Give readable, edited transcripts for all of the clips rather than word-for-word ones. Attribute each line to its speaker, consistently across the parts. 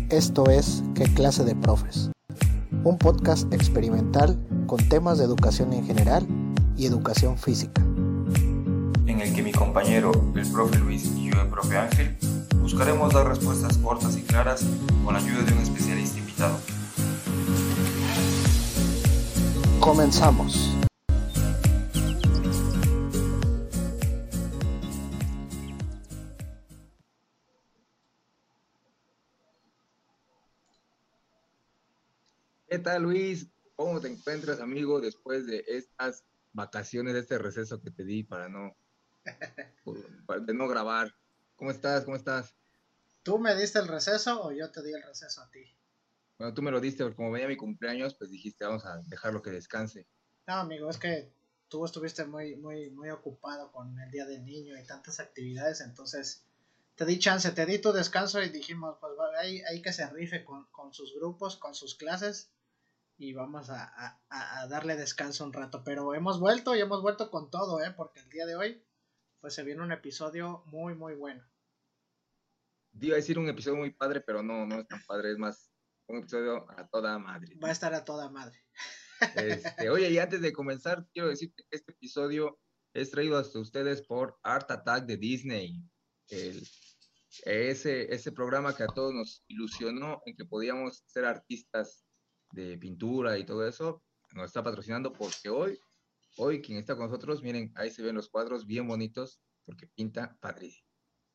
Speaker 1: Esto es ¿Qué clase de profes? Un podcast experimental con temas de educación en general y educación física.
Speaker 2: En el que mi compañero, el profe Luis, y yo, el profe Ángel, buscaremos dar respuestas cortas y claras con la ayuda de un especialista invitado.
Speaker 1: Comenzamos.
Speaker 3: ¿Qué tal, Luis? ¿Cómo te encuentras, amigo, después de estas vacaciones, de este receso que te di de no grabar? ¿Cómo estás? ¿Cómo estás?
Speaker 1: ¿Tú me diste el receso o yo te di el receso a ti?
Speaker 3: Bueno, tú me lo diste, porque como venía mi cumpleaños, pues dijiste, vamos a dejarlo que descanse.
Speaker 1: No, amigo, es que tú estuviste muy ocupado con el Día del Niño y tantas actividades, entonces te di chance, te di tu descanso y dijimos, pues hay que se rife con sus grupos, con sus clases y vamos a darle descanso un rato. Pero hemos vuelto y hemos vuelto con todo, porque el día de hoy pues se viene un episodio muy bueno.
Speaker 3: Te iba a decir un episodio muy padre, pero no es tan padre, es más un episodio a toda madre.
Speaker 1: Va a estar a toda madre.
Speaker 3: Oye, y antes de comenzar, quiero decirte que este episodio es traído hasta ustedes por Art Attack de Disney. Ese programa que a todos nos ilusionó en que podíamos ser artistas de pintura y todo eso, nos está patrocinando porque hoy quien está con nosotros, miren, ahí se ven los cuadros bien bonitos porque pinta padrísimo.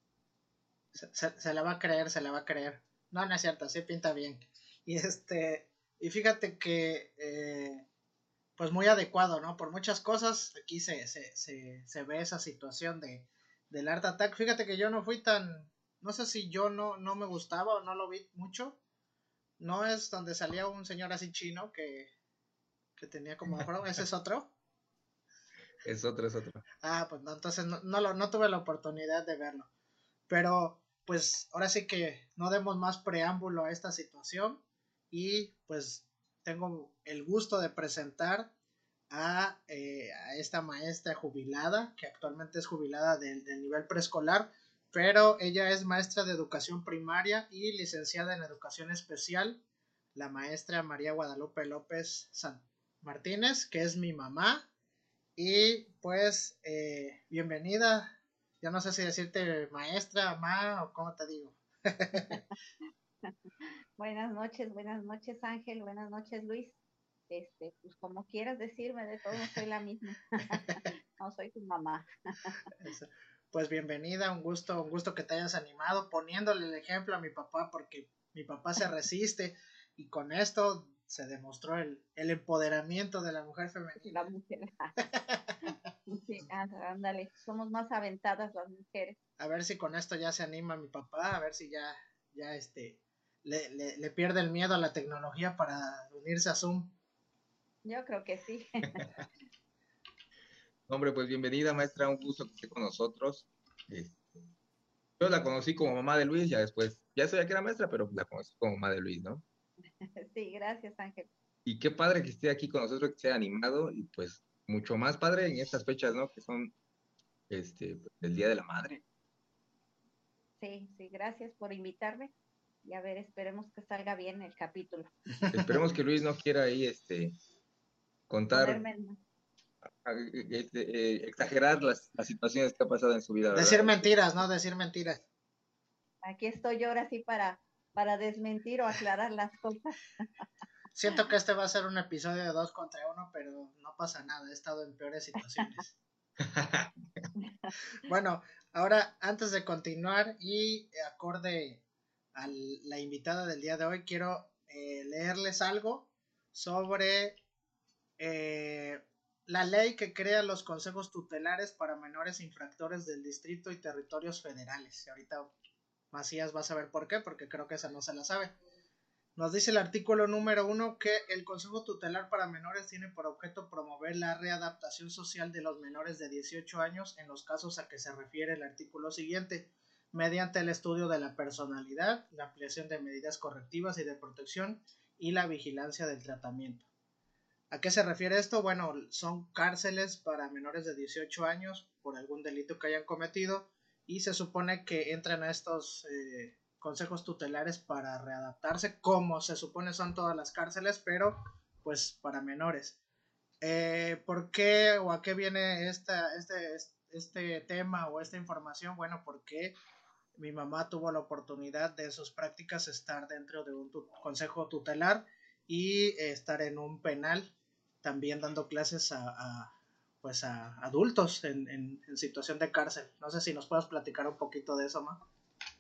Speaker 1: Se la va a creer, se la va a creer. No es cierto, sí pinta bien. Y fíjate que pues muy adecuado, ¿no? Por muchas cosas, aquí se ve esa situación del Art Attack. Fíjate que yo no fui no sé si yo no me gustaba o no lo vi mucho. No es donde salía un señor así chino que tenía como afro, ese es otro.
Speaker 3: Es otro.
Speaker 1: Ah, pues no, entonces no tuve la oportunidad de verlo. Pero pues ahora sí que no demos más preámbulo a esta situación y pues tengo el gusto de presentar a esta maestra jubilada, que actualmente es jubilada del nivel preescolar, pero ella es maestra de educación primaria y licenciada en educación especial, la maestra María Guadalupe López San Martínez, que es mi mamá. Y pues bienvenida, ya no sé si decirte maestra, ma o cómo te digo.
Speaker 4: Buenas noches Ángel, buenas noches Luis. Pues como quieras decirme, de todo soy la misma. No soy tu mamá.
Speaker 1: Pues bienvenida, un gusto que te hayas animado, poniéndole el ejemplo a mi papá, porque mi papá se resiste y con esto se demostró el empoderamiento de la mujer femenina.
Speaker 4: La mujer. Sí, ándale, somos más aventadas las mujeres.
Speaker 1: A ver si con esto ya se anima mi papá, a ver si ya le pierde el miedo a la tecnología para unirse a Zoom.
Speaker 4: Yo creo que sí.
Speaker 3: Hombre, pues bienvenida, maestra, un gusto que esté con nosotros. Yo la conocí como mamá de Luis, ya después, ya sabía que era maestra, pero la conocí como mamá de Luis, ¿no?
Speaker 4: Sí, gracias Ángel.
Speaker 3: Y qué padre que esté aquí con nosotros, que sea animado, y pues mucho más padre en estas fechas, ¿no? Que son el Día de la Madre.
Speaker 4: Sí, gracias por invitarme. Y a ver, esperemos que salga bien el capítulo.
Speaker 3: Esperemos que Luis no quiera ahí contar, exagerar las situaciones que ha pasado en su vida, ¿verdad?
Speaker 1: Decir mentiras, ¿no? Decir mentiras.
Speaker 4: Aquí estoy yo ahora sí para desmentir o aclarar las cosas.
Speaker 1: Siento que va a ser un episodio de 2 contra 1, pero no pasa nada, he estado en peores situaciones. Bueno, ahora antes de continuar y acorde a la invitada del día de hoy, quiero leerles algo sobre la ley que crea los consejos tutelares para menores infractores del distrito y territorios federales. Y ahorita Macías va a saber por qué, porque creo que esa no se la sabe. Nos dice el artículo número 1 que el Consejo Tutelar para Menores tiene por objeto promover la readaptación social de los menores de 18 años en los casos a que se refiere el artículo siguiente, mediante el estudio de la personalidad, la ampliación de medidas correctivas y de protección y la vigilancia del tratamiento. ¿A qué se refiere esto? Bueno, son cárceles para menores de 18 años por algún delito que hayan cometido y se supone que entran a estos consejos tutelares para readaptarse, como se supone son todas las cárceles, pero pues para menores. ¿Por qué o a qué viene este tema o esta información? Bueno, porque mi mamá tuvo la oportunidad de sus prácticas estar dentro de un consejo tutelar y estar en un penal, también dando clases pues a adultos en situación de cárcel. No sé si nos puedes platicar un poquito de eso, Ma.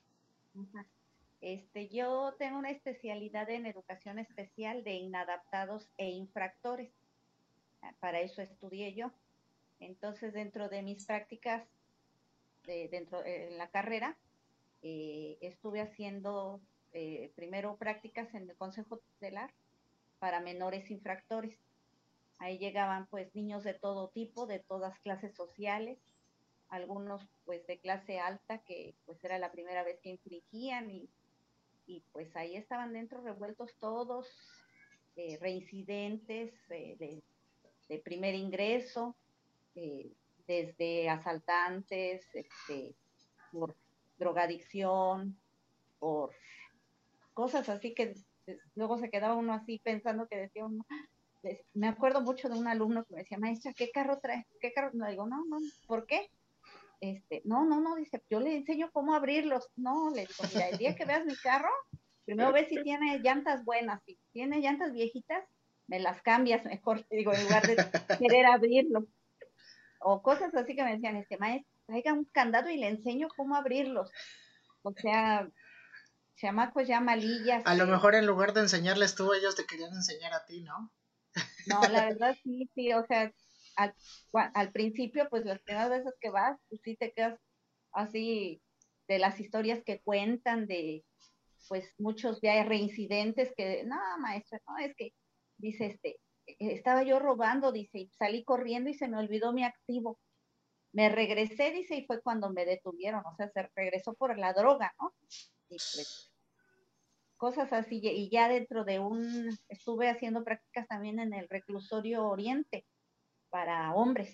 Speaker 4: Yo tengo una especialidad en educación especial de inadaptados e infractores. Para eso estudié yo. Entonces, dentro de mis prácticas, en la carrera, estuve haciendo primero prácticas en el Consejo Tutelar para menores infractores. Ahí llegaban pues niños de todo tipo, de todas clases sociales, algunos pues de clase alta que pues era la primera vez que infringían y pues ahí estaban dentro revueltos todos, reincidentes de primer ingreso, desde asaltantes, por drogadicción, por cosas así que luego se quedaba uno así pensando que decía uno, me acuerdo mucho de un alumno que me decía, maestra, ¿qué carro trae? ¿Qué carro? No, digo, no, ¿por qué? No, dice, yo le enseño cómo abrirlos. No, le digo, mira, el día que veas mi carro, primero ve si tiene llantas buenas, si tiene llantas viejitas, me las cambias mejor, digo, en lugar de querer abrirlo. O cosas así que me decían, maestro, traiga un candado y le enseño cómo abrirlos. O sea, chamacos ya malillas.
Speaker 1: A lo mejor en lugar de enseñarles tú, ellos te querían enseñar a ti, ¿no?
Speaker 4: No, la verdad sí, o sea, al principio, pues las primeras veces que vas, pues sí te quedas así de las historias que cuentan, de pues muchos ya reincidentes que, no, maestra, no, es que, dice, estaba yo robando, dice, y salí corriendo y se me olvidó mi activo. Me regresé, dice, y fue cuando me detuvieron, o sea, se regresó por la droga, ¿no? Y pues cosas así, y ya dentro de estuve haciendo prácticas también en el reclusorio Oriente para hombres.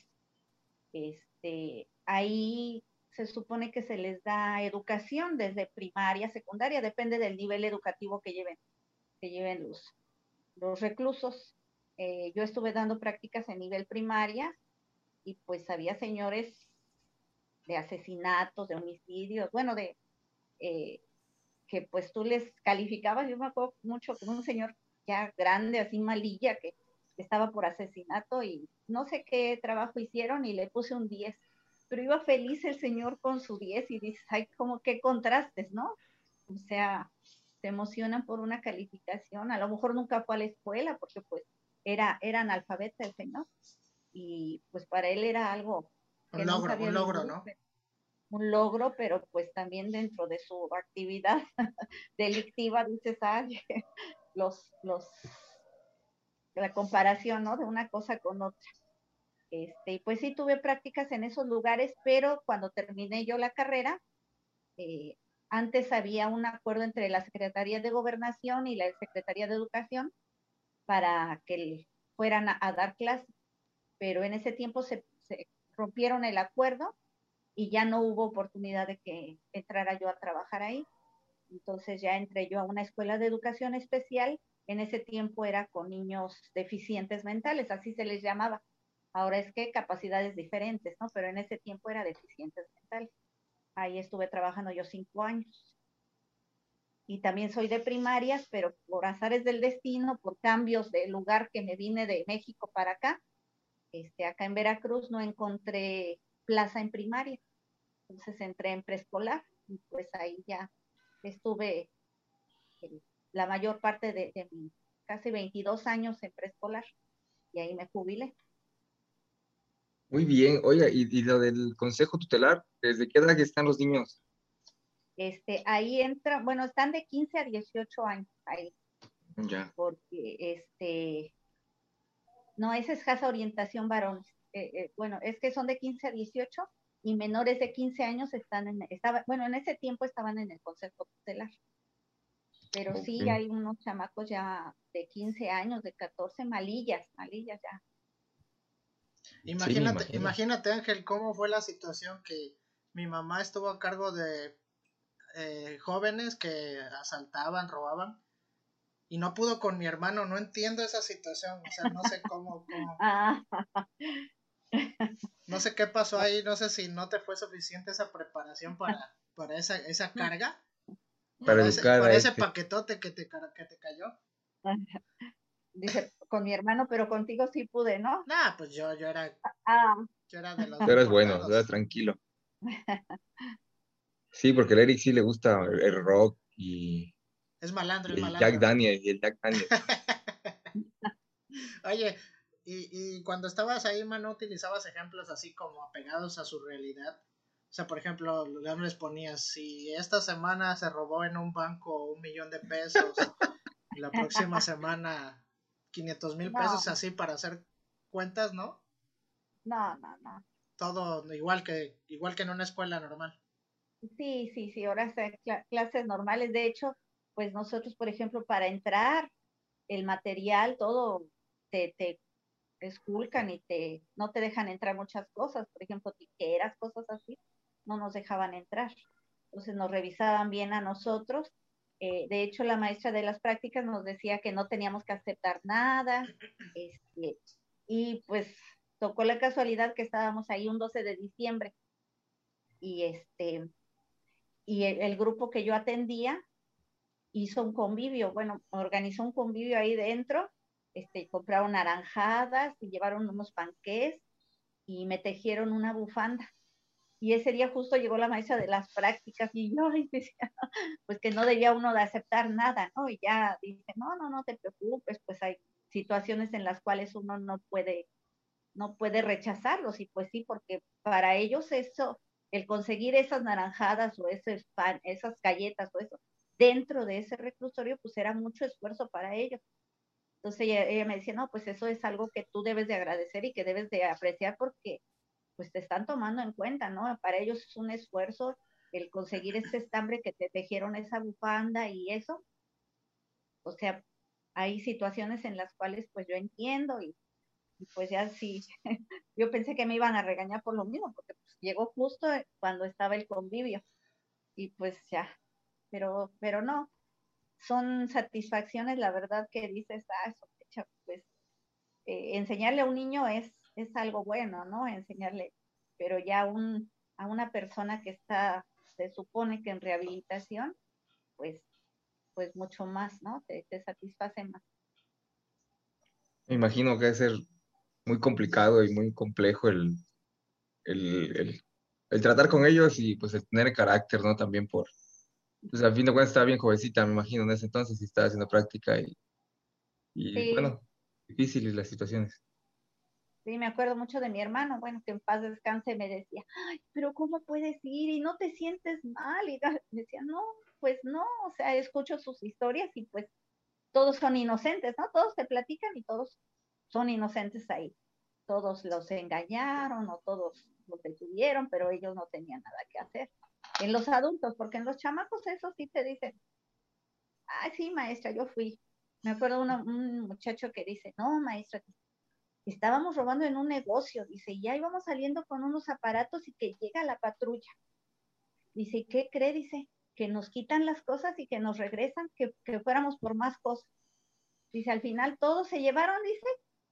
Speaker 4: Ahí se supone que se les da educación desde primaria, secundaria, depende del nivel educativo que lleven los reclusos. Yo estuve dando prácticas en nivel primaria y pues había señores de asesinatos, de homicidios, bueno, que pues tú les calificabas. Yo me acuerdo mucho con un señor ya grande, así malilla, que estaba por asesinato y no sé qué trabajo hicieron y le puse un 10, pero iba feliz el señor con su 10 y dices, ay, como qué contrastes, ¿no? O sea, se emocionan por una calificación, a lo mejor nunca fue a la escuela porque pues era analfabeta el señor y pues para él era algo que nunca había
Speaker 1: logro,
Speaker 4: vivido,
Speaker 1: ¿no?
Speaker 4: un logro, pero pues también dentro de su actividad delictiva dices, ay, la comparación, ¿no? De una cosa con otra. Y pues sí tuve prácticas en esos lugares, pero cuando terminé yo la carrera, antes había un acuerdo entre la Secretaría de Gobernación y la Secretaría de Educación para que fueran a dar clases, pero en ese tiempo se rompieron el acuerdo y ya no hubo oportunidad de que entrara yo a trabajar ahí. Entonces ya entré yo a una escuela de educación especial. En ese tiempo era con niños deficientes mentales, así se les llamaba. Ahora es que capacidades diferentes, ¿no? Pero en ese tiempo era deficientes mentales. Ahí estuve trabajando yo 5 años. Y también soy de primarias, pero por azares del destino, por cambios de lugar que me vine de México para acá, acá en Veracruz no encontré plaza en primaria. Entonces entré en preescolar y pues ahí ya estuve la mayor parte de mis casi 22 años en preescolar y ahí me jubilé.
Speaker 3: Muy bien, oiga, y lo del consejo tutelar, ¿desde qué edad están los niños?
Speaker 4: Ahí entra, bueno, están de 15 a 18 años ahí,
Speaker 3: Ya.
Speaker 4: porque no, esa es casa orientación varones. Bueno, es que son de 15 a 18 y menores de 15 años bueno, en ese tiempo estaban en el consejo tutelar. Pero
Speaker 3: Ok.
Speaker 4: sí hay unos chamacos ya de 15 años, de 14, malillas ya.
Speaker 3: Sí, me imagino.
Speaker 1: Imagínate, Ángel, cómo fue la situación que mi mamá estuvo a cargo de jóvenes que asaltaban, robaban, y no pudo con mi hermano. No entiendo esa situación, o sea, no sé cómo
Speaker 4: Ah,
Speaker 1: no sé qué pasó ahí, no sé si no te fue suficiente esa preparación para esa carga,
Speaker 3: Para educar
Speaker 1: para
Speaker 3: a
Speaker 1: ese
Speaker 3: este.
Speaker 1: paquetote que te cayó.
Speaker 4: dice, con mi hermano, pero contigo sí pude, ¿no?
Speaker 1: Nah, pues
Speaker 4: Ah,
Speaker 1: yo era de los
Speaker 3: Tú
Speaker 1: bien
Speaker 3: eras bueno, tú eras
Speaker 1: portados.
Speaker 3: tranquilo. Sí, porque el Eric sí le gusta el rock
Speaker 1: Es malandro,
Speaker 3: y
Speaker 1: es
Speaker 3: el Jack
Speaker 1: malandro.
Speaker 3: Daniels y el Jack Daniels.
Speaker 1: Oye, y cuando estabas ahí, ¿no utilizabas ejemplos así como apegados a su realidad? O sea, por ejemplo, ya les ponías, si esta semana se robó en un banco 1 millón de pesos, la próxima semana 500,000 pesos,
Speaker 4: no,
Speaker 1: así para hacer cuentas, ¿no?
Speaker 4: no, no, no.
Speaker 1: Todo igual que en una escuela normal.
Speaker 4: Sí, sí, sí, ahora son clases normales. De hecho, pues nosotros, por ejemplo, para entrar, el material, todo te esculcan y no te dejan entrar muchas cosas. Por ejemplo, tijeras, cosas así, no nos dejaban entrar. Entonces nos revisaban bien a nosotros. De hecho, la maestra de las prácticas nos decía que no teníamos que aceptar nada. Este, y pues tocó la casualidad que estábamos ahí un 12 de diciembre y el grupo que yo atendía hizo un convivio, bueno, organizó un convivio ahí dentro, compraron naranjadas y llevaron unos panqués y me tejieron una bufanda. Y ese día justo llegó la maestra de las prácticas y yo, ay, decía, pues que no debía uno de aceptar nada, ¿no? Y ya dice, no te preocupes, pues hay situaciones en las cuales uno no puede rechazarlos y pues sí, porque para ellos eso, el conseguir esas naranjadas o ese pan, esas galletas o eso, dentro de ese reclusorio, pues era mucho esfuerzo para ellos. Entonces ella me decía, no, pues eso es algo que tú debes de agradecer y que debes de apreciar porque pues te están tomando en cuenta, ¿no? Para ellos es un esfuerzo el conseguir ese estambre que te tejieron esa bufanda y eso. O sea, hay situaciones en las cuales pues yo entiendo y pues ya sí, yo pensé que me iban a regañar por lo mismo, porque pues, llegó justo cuando estaba el convivio y pues ya, pero no, son satisfacciones, la verdad que dices, sospecha, pues enseñarle a un niño es algo bueno, ¿no? Enseñarle, pero ya a una persona que se supone que en rehabilitación, pues, pues mucho más, ¿no? Te satisface más.
Speaker 3: Me imagino que debe ser muy complicado y muy complejo el, el- el tratar con ellos y pues el tener carácter, ¿no? También pues a fin de cuentas estaba bien jovencita, me imagino, en ese entonces y estaba haciendo práctica y
Speaker 4: Sí,
Speaker 3: bueno, difíciles las situaciones.
Speaker 4: sí, me acuerdo mucho de mi hermano, bueno, que en paz descanse, me decía, ay, pero ¿cómo puedes ir y no te sientes mal? Y me decía, no, pues no, o sea, escucho sus historias y pues todos son inocentes, ¿no? Todos te platican y todos son inocentes ahí. Todos los engañaron o todos los detuvieron, pero ellos no tenían nada que hacer. En los adultos, porque en los chamacos eso sí te dicen, ay, sí, maestra, yo fui. Me acuerdo un muchacho que dice, no, maestra, estábamos robando en un negocio, dice, y ya íbamos saliendo con unos aparatos y que llega la patrulla. Dice, ¿y qué cree? Dice, que nos quitan las cosas y que nos regresan, que fuéramos por más cosas. Dice, al final todos se llevaron, dice,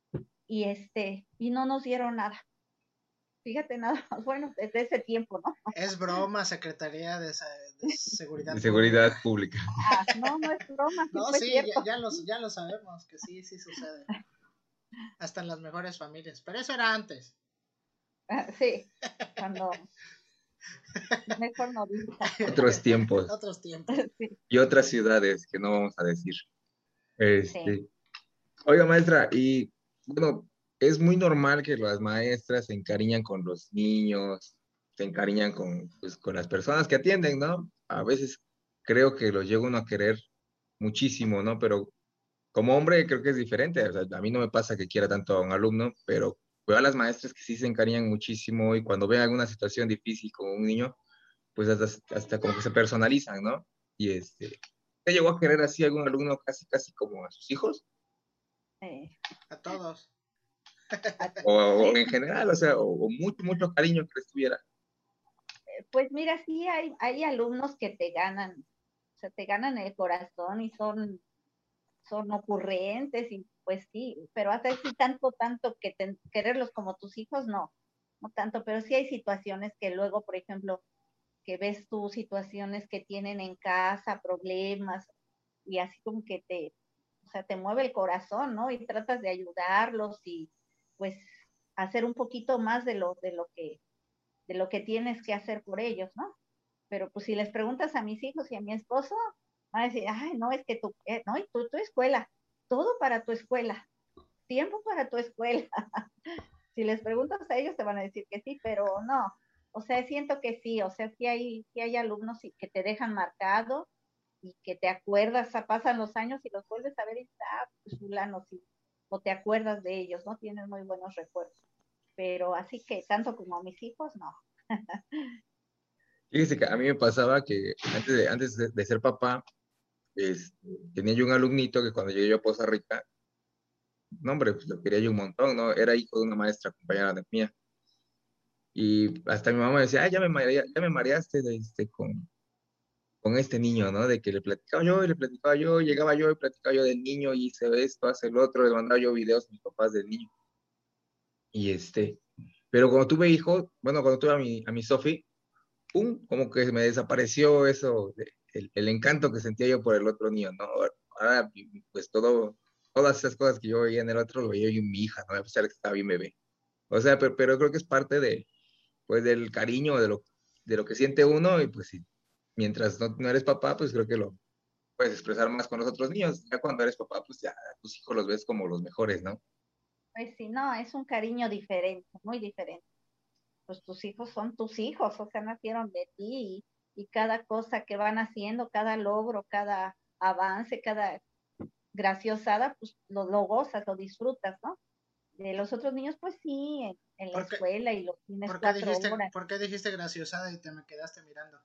Speaker 4: y no nos dieron nada. Fíjate nada más, bueno, desde ese tiempo, ¿no?
Speaker 1: Es broma, Secretaría de
Speaker 3: De
Speaker 1: Seguridad Pública.
Speaker 3: seguridad pública.
Speaker 4: No, no es broma, sí
Speaker 1: No,
Speaker 4: fue
Speaker 1: sí,
Speaker 4: cierto.
Speaker 1: ya lo sabemos, que sí, sí sucede. Hasta en las mejores familias. Pero eso era antes.
Speaker 4: Sí, cuando mejor no digas.
Speaker 3: Otros tiempos
Speaker 1: Otros tiempos.
Speaker 4: Sí,
Speaker 3: y otras ciudades que no vamos a decir.
Speaker 4: sí.
Speaker 3: Este, Oiga, maestra, y bueno, es muy normal que las maestras se encariñan con los niños, se encariñan pues, con las personas que atienden, ¿no? A veces creo que los llega uno a querer muchísimo, ¿no? Pero como hombre creo que es diferente. O sea, a mí no me pasa que quiera tanto a un alumno, pero veo a las maestras que sí se encariñan muchísimo y cuando ven alguna situación difícil con un niño, pues hasta como que se personalizan, ¿no? Y ¿usted llegó a querer así a algún alumno casi, casi como a sus hijos?
Speaker 4: eh,
Speaker 1: A todos.
Speaker 3: O
Speaker 4: sí,
Speaker 3: en general, o sea, o mucho, mucho cariño que les tuviera.
Speaker 4: Pues mira, sí hay alumnos que te ganan, o sea, te ganan el corazón y son ocurrentes y pues sí, pero hasta así tanto que quererlos como tus hijos, no, no tanto, pero sí hay situaciones que luego, por ejemplo, que ves tú situaciones que tienen en casa, problemas, y así como que o sea, te mueve el corazón, ¿no? Y tratas de ayudarlos y pues hacer un poquito más de lo que tienes que hacer por ellos, ¿no? Pero pues si les preguntas a mis hijos y a mi esposo, van a decir, ay, no, es que no, y tu escuela, todo para tu escuela, tiempo para tu escuela. Si les preguntas a ellos te van a decir que sí, pero no. O sea, siento que sí, o sea, sí hay alumnos que te dejan marcado y que te acuerdas, pasan los años y los vuelves a ver y pues fulano, sí, o te acuerdas de ellos, ¿no? Tienes muy buenos recuerdos. Pero así que tanto como a mis hijos, no.
Speaker 3: Fíjese que a mí me pasaba que antes de ser papá, este, tenía yo un alumnito que cuando llegué yo a Poza Rica, no hombre, pues lo quería yo un montón, ¿no? Era hijo de una maestra compañera de mía. Y hasta mi mamá me decía, ya me mareaste con este niño, ¿no? De que le platicaba yo y le platicaba yo, llegaba yo y platicaba yo del niño y hice esto, hace el otro, le mandaba yo videos a mis papás del niño. Y pero cuando tuve hijos, bueno, cuando tuve a mi Sofi, pum, como que me desapareció eso, el encanto que sentía yo por el otro niño, ¿no? Ahora, pues todas esas cosas que yo veía en el otro, lo veía yo en mi hija, ¿no? A pesar de que estaba bien bebé. O sea, pero creo que es parte pues, del cariño, de lo que siente uno, y pues sí, mientras no eres papá, pues creo que lo puedes expresar más con los otros niños. Ya cuando eres papá, pues ya a tus hijos los ves como los mejores, ¿no?
Speaker 4: Pues sí, no, es un cariño diferente, muy diferente. Pues tus hijos son tus hijos, o sea, nacieron de ti y cada cosa que van haciendo, cada logro, cada avance, cada graciosada, pues lo gozas, lo disfrutas, ¿no? De los otros niños, pues sí, en la
Speaker 1: ¿Por qué,
Speaker 4: escuela y los tienes 4 horas.
Speaker 1: por qué dijiste graciosada y te me quedaste mirando?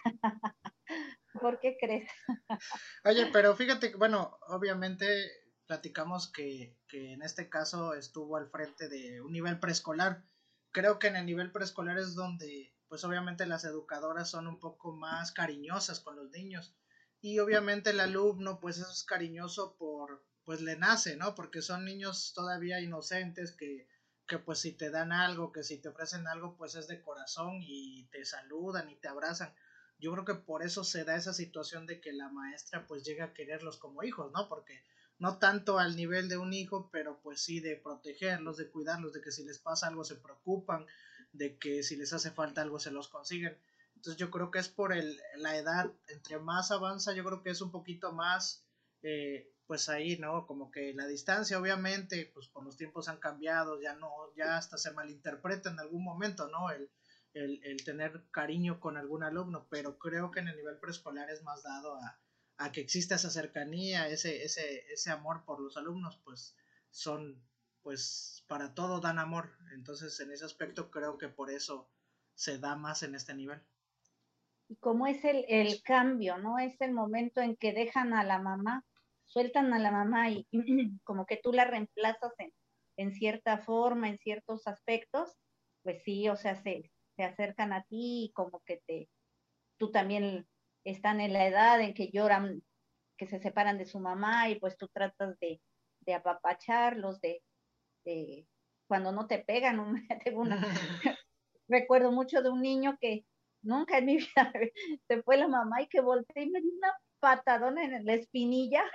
Speaker 4: ¿Por qué crees?
Speaker 1: Oye, pero fíjate que, bueno, obviamente platicamos que en este caso estuvo al frente de un nivel preescolar. Creo que en el nivel preescolar es donde, pues obviamente las educadoras son un poco más cariñosas con los niños. Y obviamente el alumno, pues es cariñoso pues le nace, ¿no? Porque son niños todavía inocentes que pues si te dan algo, que si te ofrecen algo, pues es de corazón y te saludan y te abrazan. Yo creo que por eso se da esa situación de que la maestra pues llega a quererlos como hijos, ¿no? Porque no tanto al nivel de un hijo, pero pues sí de protegerlos, de cuidarlos, de que si les pasa algo se preocupan, de que si les hace falta algo se los consiguen. Entonces yo creo que es por la edad, entre más avanza, yo creo que es un poquito más, pues ahí, ¿no? Como que la distancia, obviamente, pues por los tiempos han cambiado, ya no, ya hasta se malinterpreta en algún momento, ¿no? El tener cariño con algún alumno, pero creo que en el nivel preescolar es más dado a que exista esa cercanía, ese amor por los alumnos, pues son, pues para todo dan amor, entonces en ese aspecto creo que por eso se da más en este nivel.
Speaker 4: Y cómo es el cambio, ¿no? Es el momento en que dejan a la mamá, sueltan a la mamá y como que tú la reemplazas en cierta forma, en ciertos aspectos, pues sí, o sea, se acercan a ti y como que tú también están en la edad en que lloran, que se separan de su mamá y pues tú tratas de apapacharlos, de cuando no te pegan, tengo recuerdo mucho de un niño que nunca en mi vida se fue la mamá y que volteé y me dio una patadona en la espinilla.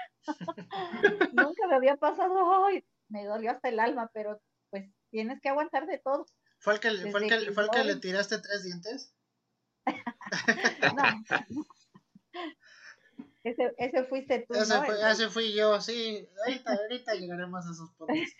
Speaker 4: Nunca me había pasado, ay, me dolió hasta el alma, pero pues tienes que aguantar de todo. Desde que
Speaker 1: fue el que le
Speaker 4: llores,
Speaker 1: tiraste tres dientes?
Speaker 4: no, ese fuiste tú, ¿no?
Speaker 1: Ese fui yo, sí, ahorita llegaremos a esos puntos.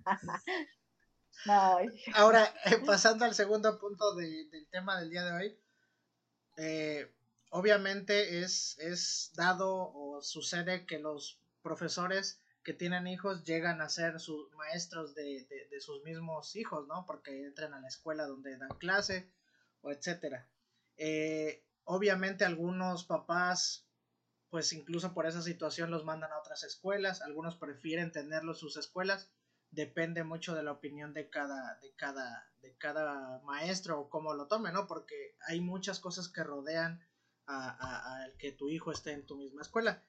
Speaker 4: No,
Speaker 1: Ahora, pasando al segundo punto del tema del día de hoy, eh, obviamente es dado o sucede que los profesores que tienen hijos llegan a ser sus maestros de sus mismos hijos, ¿no? Porque entran a la escuela donde dan clase o etcétera. Obviamente algunos papás, pues incluso por esa situación los mandan a otras escuelas, algunos prefieren tenerlos sus escuelas, depende mucho de la opinión de cada maestro o cómo lo tome, ¿no? Porque hay muchas cosas que rodean a que tu hijo esté en tu misma escuela.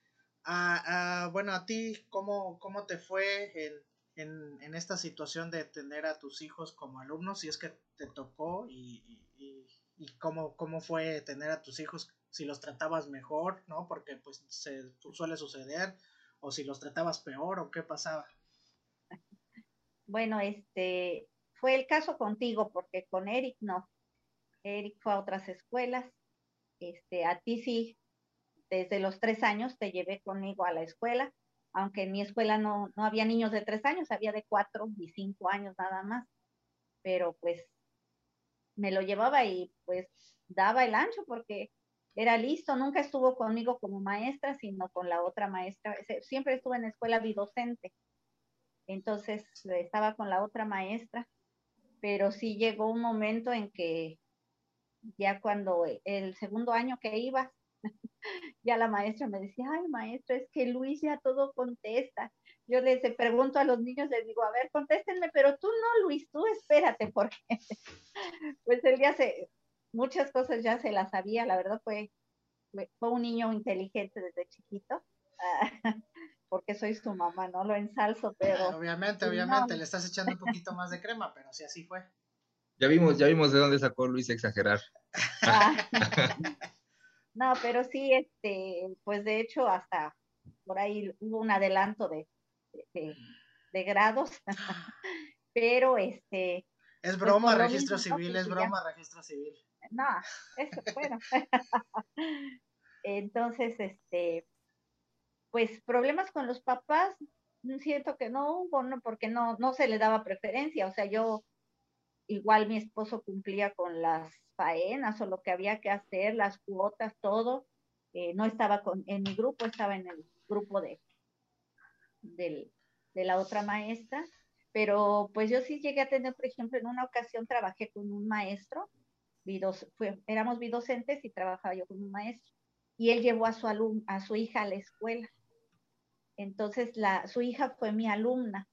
Speaker 1: Bueno, a ti, ¿cómo te fue en esta situación de tener a tus hijos como alumnos, si es que te tocó, y cómo fue tener a tus hijos, si los tratabas mejor, ¿no? Porque pues suele suceder, o si los tratabas peor, o qué pasaba.
Speaker 4: Bueno, fue el caso contigo, porque con Eric no. Eric fue a otras escuelas. A ti sí, desde los 3 años te llevé conmigo a la escuela, aunque en mi escuela no había niños de 3 años, había de 4 y 5 años nada más, pero pues me lo llevaba y pues daba el ancho porque era listo, nunca estuvo conmigo como maestra, sino con la otra maestra, siempre estuve en escuela bidocente, entonces estaba con la otra maestra, pero sí llegó un momento en que ya cuando el segundo año que iba, ya la maestra me decía, ay maestra, es que Luis ya todo contesta. Yo les pregunto a los niños, les digo, a ver, contéstenme, pero tú no, Luis, tú espérate, porque pues él ya muchas cosas ya se las sabía, la verdad fue un niño inteligente desde chiquito, porque soy su mamá, no lo ensalzo, pero
Speaker 1: Obviamente,
Speaker 4: no.
Speaker 1: le estás echando un poquito más de crema, pero sí, así fue.
Speaker 3: Ya vimos de dónde sacó Luis exagerar.
Speaker 4: Ah, no, pero sí, pues de hecho hasta por ahí hubo un adelanto de, de grados, pero
Speaker 1: Es
Speaker 4: pues
Speaker 1: broma,
Speaker 4: por lo
Speaker 1: registro
Speaker 4: mismo, ¿no?
Speaker 1: civil, es
Speaker 4: Porque ya,
Speaker 1: broma, registro civil.
Speaker 4: no, eso, bueno, entonces, pues problemas con los papás, siento que no hubo, ¿no? Porque no se le daba preferencia, o sea, yo, igual mi esposo cumplía con las faenas o lo que había que hacer, las cuotas, todo, no estaba en mi grupo, estaba en el grupo del, de la otra maestra, pero pues yo sí llegué a tener, por ejemplo, en una ocasión trabajé con un maestro, éramos bidocentes y trabajaba yo con un maestro, y él llevó a su hija a la escuela, entonces su hija fue mi alumna,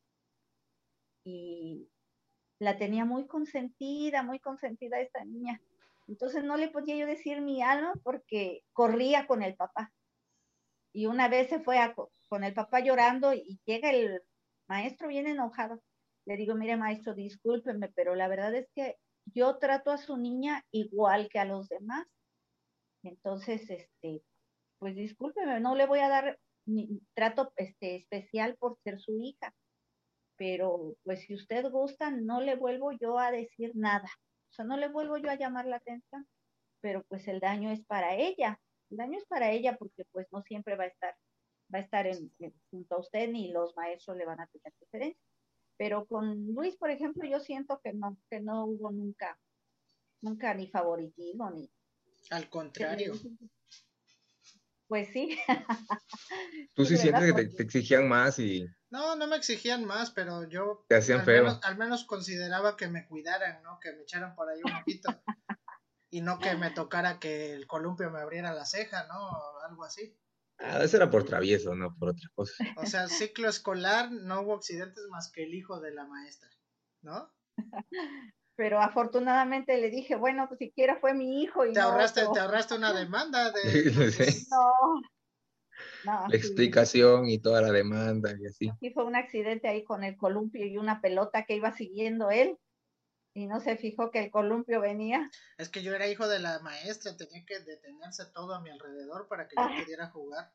Speaker 4: y la tenía muy consentida esta niña, entonces no le podía yo decir mi alma porque corría con el papá, y una vez se fue con el papá llorando y llega el maestro bien enojado. Le digo, mire maestro, discúlpeme, pero la verdad es que yo trato a su niña igual que a los demás. Entonces, pues discúlpeme, no le voy a dar trato especial por ser su hija, pero pues si usted gusta, no le vuelvo yo a decir nada. O sea, no le vuelvo yo a llamar la atención, pero pues el daño es para ella. El daño es para ella porque pues no siempre va a estar junto a usted ni los maestros le van a tener preferencia. Pero con Luis, por ejemplo, yo siento que no hubo nunca ni favoritismo, ni
Speaker 1: Al
Speaker 4: que le
Speaker 1: contrario.
Speaker 4: dije, pues sí,
Speaker 3: Tú
Speaker 4: sí,
Speaker 3: sí
Speaker 4: ¿verdad?
Speaker 3: sientes que te
Speaker 4: Porque
Speaker 3: exigían más y
Speaker 1: No me exigían más, pero yo
Speaker 3: te hacían feo.
Speaker 1: al menos consideraba que me cuidaran, ¿no? Que me echaran por ahí un ojito y no que me tocara que el columpio me abriera la ceja, ¿no? O algo así.
Speaker 3: Eso era por travieso, no por otra cosa.
Speaker 1: O sea, ciclo escolar, no hubo accidentes más que el hijo de la maestra, ¿no?
Speaker 4: pero afortunadamente le dije, bueno, pues siquiera fue mi hijo y no
Speaker 1: Te
Speaker 4: otro.
Speaker 1: ahorraste una demanda
Speaker 3: Sí.
Speaker 1: pues,
Speaker 4: No, no,
Speaker 3: La
Speaker 4: sí,
Speaker 3: explicación y toda la demanda y así.
Speaker 4: sí fue un accidente ahí con el columpio y una pelota que iba siguiendo él y no se fijó que el columpio venía.
Speaker 1: es que yo era hijo de la maestra, tenía que detenerse todo a mi alrededor para que yo
Speaker 4: Ah,
Speaker 1: pudiera jugar.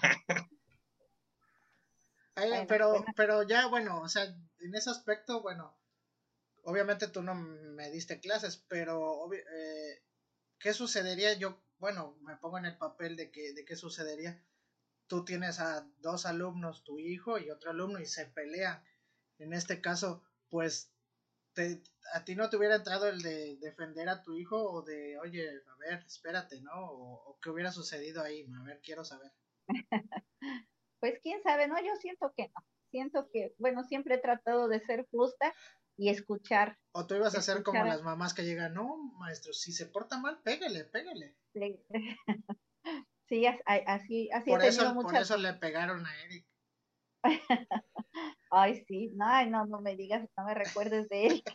Speaker 4: bueno, bueno,
Speaker 1: Pero ya, bueno, o sea, en ese aspecto, bueno, obviamente tú no me diste clases, pero ¿qué sucedería? Yo, bueno, me pongo en el papel de qué sucedería. Tú tienes a dos alumnos, tu hijo y otro alumno, y se pelean. En este caso, pues, a ti no te hubiera entrado el de defender a tu hijo o de, oye, a ver, espérate, ¿no? O qué hubiera sucedido ahí, a ver, quiero saber.
Speaker 4: pues quién sabe, no, yo siento que no. Siento que, bueno, siempre he tratado de ser justa y escuchar,
Speaker 1: O tú ibas a ser como
Speaker 4: escuchar.
Speaker 1: las mamás que llegan, no, maestro, si se porta mal, pégale, pégale.
Speaker 4: Sí, así he tenido
Speaker 1: Por
Speaker 4: muchas.
Speaker 1: eso le pegaron a Eric.
Speaker 4: Ay, sí, no, ay, no, no me digas, no me recuerdes de él.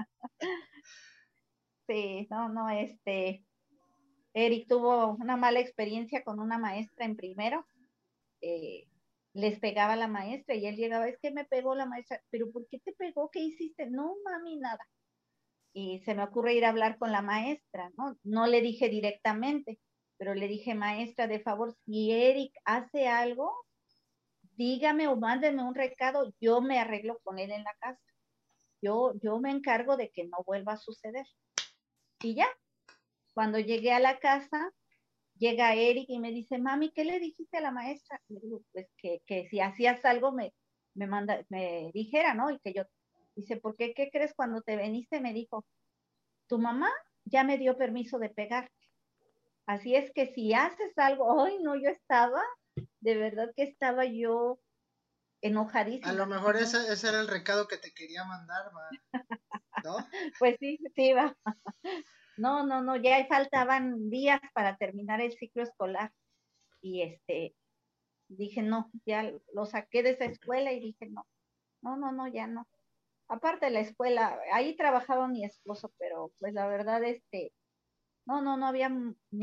Speaker 4: Sí, no, no, Eric tuvo una mala experiencia con una maestra en primero. eh, Les pegaba la maestra y él llegaba, es que me pegó la maestra, pero ¿por qué te pegó? ¿Qué hiciste? No, mami, nada. Y se me ocurre ir a hablar con la maestra, ¿no? No le dije directamente, pero le dije, maestra, de favor, si Eric hace algo, dígame o mándeme un recado, yo me arreglo con él en la casa. Yo me encargo de que no vuelva a suceder. Y ya, cuando llegué a la casa, llega Eric y me dice, mami, ¿qué le dijiste a la maestra? Le digo, pues que si hacías algo me dijera, ¿no? Y que yo, dice, ¿por qué? ¿Qué crees? Cuando te veniste me dijo, tu mamá ya me dio permiso de pegar. Así es que si haces algo, ay, no, yo estaba, de verdad que estaba yo
Speaker 1: A lo
Speaker 4: enojadísima. Dije,
Speaker 1: mejor
Speaker 4: no,
Speaker 1: ese era el recado que te quería mandar, ¿no?
Speaker 4: pues sí, sí, va. No, no, no, ya faltaban días para terminar el ciclo escolar. Y dije, no, ya lo saqué de esa escuela y dije, no, no, no, no, ya no. Aparte de la escuela, ahí trabajaba mi esposo, pero pues la verdad, no, no, no había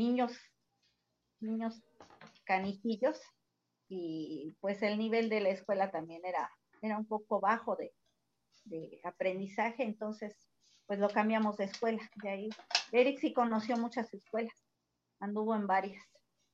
Speaker 4: niños canijillos y pues el nivel de la escuela también era un poco bajo de aprendizaje, entonces pues lo cambiamos de escuela. De ahí, Eric sí conoció muchas escuelas, anduvo en varias.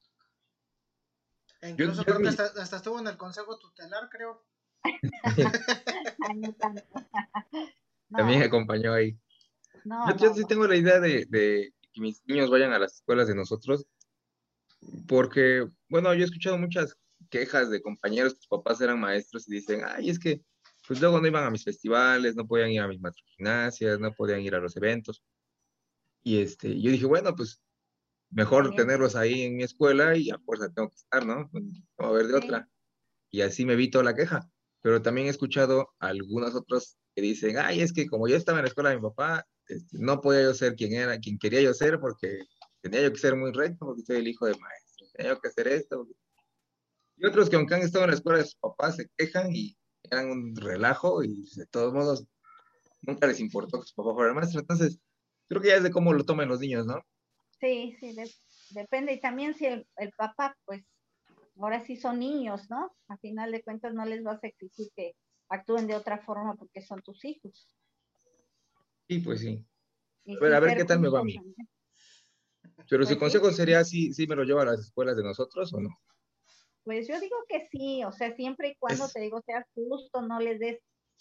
Speaker 1: E
Speaker 3: Yo,
Speaker 1: incluso
Speaker 3: yo
Speaker 1: creo que hasta estuvo en el consejo tutelar, creo.
Speaker 4: Ay, no tanto.
Speaker 3: también
Speaker 4: No,
Speaker 3: acompañó ahí.
Speaker 4: no,
Speaker 3: Yo
Speaker 4: no,
Speaker 3: sí
Speaker 4: no.
Speaker 3: tengo la idea de que mis niños vayan a las escuelas de nosotros, porque, bueno, yo he escuchado muchas quejas de compañeros que sus papás eran maestros y dicen, ay, es que, pues luego no iban a mis festivales, no podían ir a mis matrigimnasias, no podían ir a los eventos. Y yo dije, bueno, pues mejor
Speaker 4: Tenías,
Speaker 3: tenerlos ahí en mi escuela y a fuerza tengo que estar, ¿no? No va a haber de
Speaker 4: sí,
Speaker 3: otra. Y así me evito la queja. Pero también he escuchado algunos otros que dicen, ay, es que como yo estaba en la escuela de mi papá, no podía yo ser quien era, quien quería yo ser, porque tenía yo que ser muy recto, porque soy el hijo de maestro, tenía yo que hacer esto. Y otros que aunque han estado en la escuela de sus papás se quejan y eran un relajo y de todos modos nunca les importó que su papá fuera el maestro. Entonces, creo que ya es de cómo lo tomen los niños, ¿no?
Speaker 4: sí, sí, depende. Y también si el papá, pues, ahora sí son niños, ¿no? A final de cuentas no les vas a exigir que actúen de otra forma porque son tus hijos.
Speaker 3: Sí, pues sí.
Speaker 4: Y
Speaker 3: A
Speaker 4: sí
Speaker 3: ver
Speaker 4: ser
Speaker 3: qué tal me va a
Speaker 4: justo
Speaker 3: mí.
Speaker 4: también.
Speaker 3: Pero su
Speaker 4: Pues sí,
Speaker 3: consejo sería, sí me lo lleva a las escuelas de nosotros o no.
Speaker 4: pues yo digo que sí, o sea, siempre y cuando
Speaker 3: Es,
Speaker 4: te digo seas justo, no les des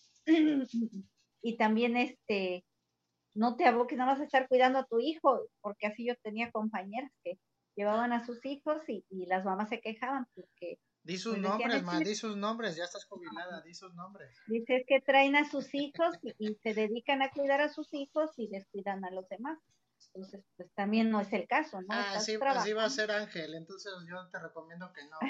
Speaker 4: y también no te aboques, no vas a estar cuidando a tu hijo, porque así yo tenía compañeras que llevaban a sus hijos y las mamás se quejaban porque
Speaker 1: Di sus
Speaker 4: pues decían,
Speaker 1: nombres,
Speaker 4: es
Speaker 1: ma,
Speaker 4: que
Speaker 1: di sus nombres, ya estás jubilada, di sus nombres.
Speaker 4: dice, es que traen a sus hijos y se dedican a cuidar a sus hijos y descuidan a los demás. Entonces, pues también no es el caso, ¿no?
Speaker 1: Ah,
Speaker 4: Estás
Speaker 1: sí, así va a
Speaker 4: trabajando.
Speaker 1: ser Ángel, entonces yo te recomiendo que no.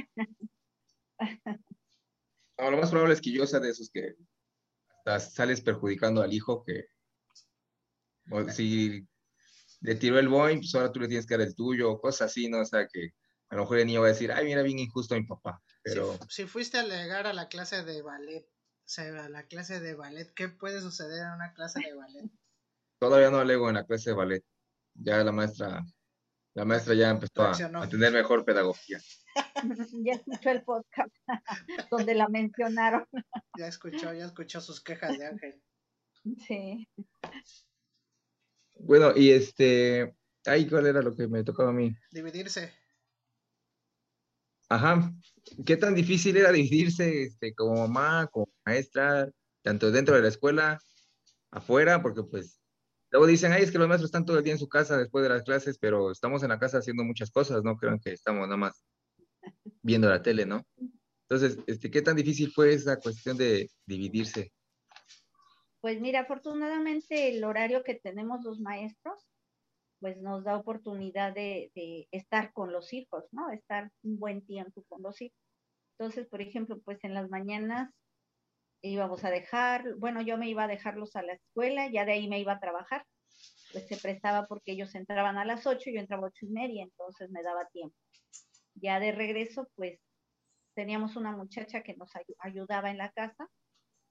Speaker 3: no, lo más probable es que yo sea de esos que hasta sales perjudicando al hijo que, o si le tiró el Boeing, pues ahora tú le tienes que dar el tuyo, o cosas así, ¿no? O sea, que a lo mejor el niño va a decir, ay, mira, bien injusto a mi papá,
Speaker 1: Si,
Speaker 3: pero
Speaker 1: si fuiste a alegar a la clase de ballet, o sea, a la clase de ballet, ¿qué puede suceder en una clase de ballet?
Speaker 3: todavía no alego en la clase de ballet. Ya la maestra ya empezó
Speaker 1: Reaccionó.
Speaker 3: a tener mejor pedagogía.
Speaker 4: Ya escuchó el podcast donde la mencionaron.
Speaker 1: Ya escuchó sus quejas de Ángel.
Speaker 4: Sí.
Speaker 3: Bueno, y ay, ¿cuál era lo que me tocaba a mí?
Speaker 1: Dividirse.
Speaker 3: Ajá, ¿qué tan difícil era dividirse como mamá, como maestra, tanto dentro de la escuela, afuera? Porque pues luego dicen, ay, es que los maestros están todo el día en su casa después de las clases, pero estamos en la casa haciendo muchas cosas, no crean que estamos nada más viendo la tele, ¿no? Entonces, ¿qué tan difícil fue esa cuestión de dividirse?
Speaker 4: Pues mira, afortunadamente el horario que tenemos los maestros, pues nos da oportunidad de estar con los hijos, ¿no? Estar un buen tiempo con los hijos. Entonces, por ejemplo, pues en las mañanas íbamos a dejar, bueno, yo me iba a dejarlos a la escuela, ya de ahí me iba a trabajar, pues se prestaba porque ellos entraban a las 8, yo entraba a 8:30, entonces me daba tiempo. Ya de regreso, pues teníamos una muchacha que nos ayudaba en la casa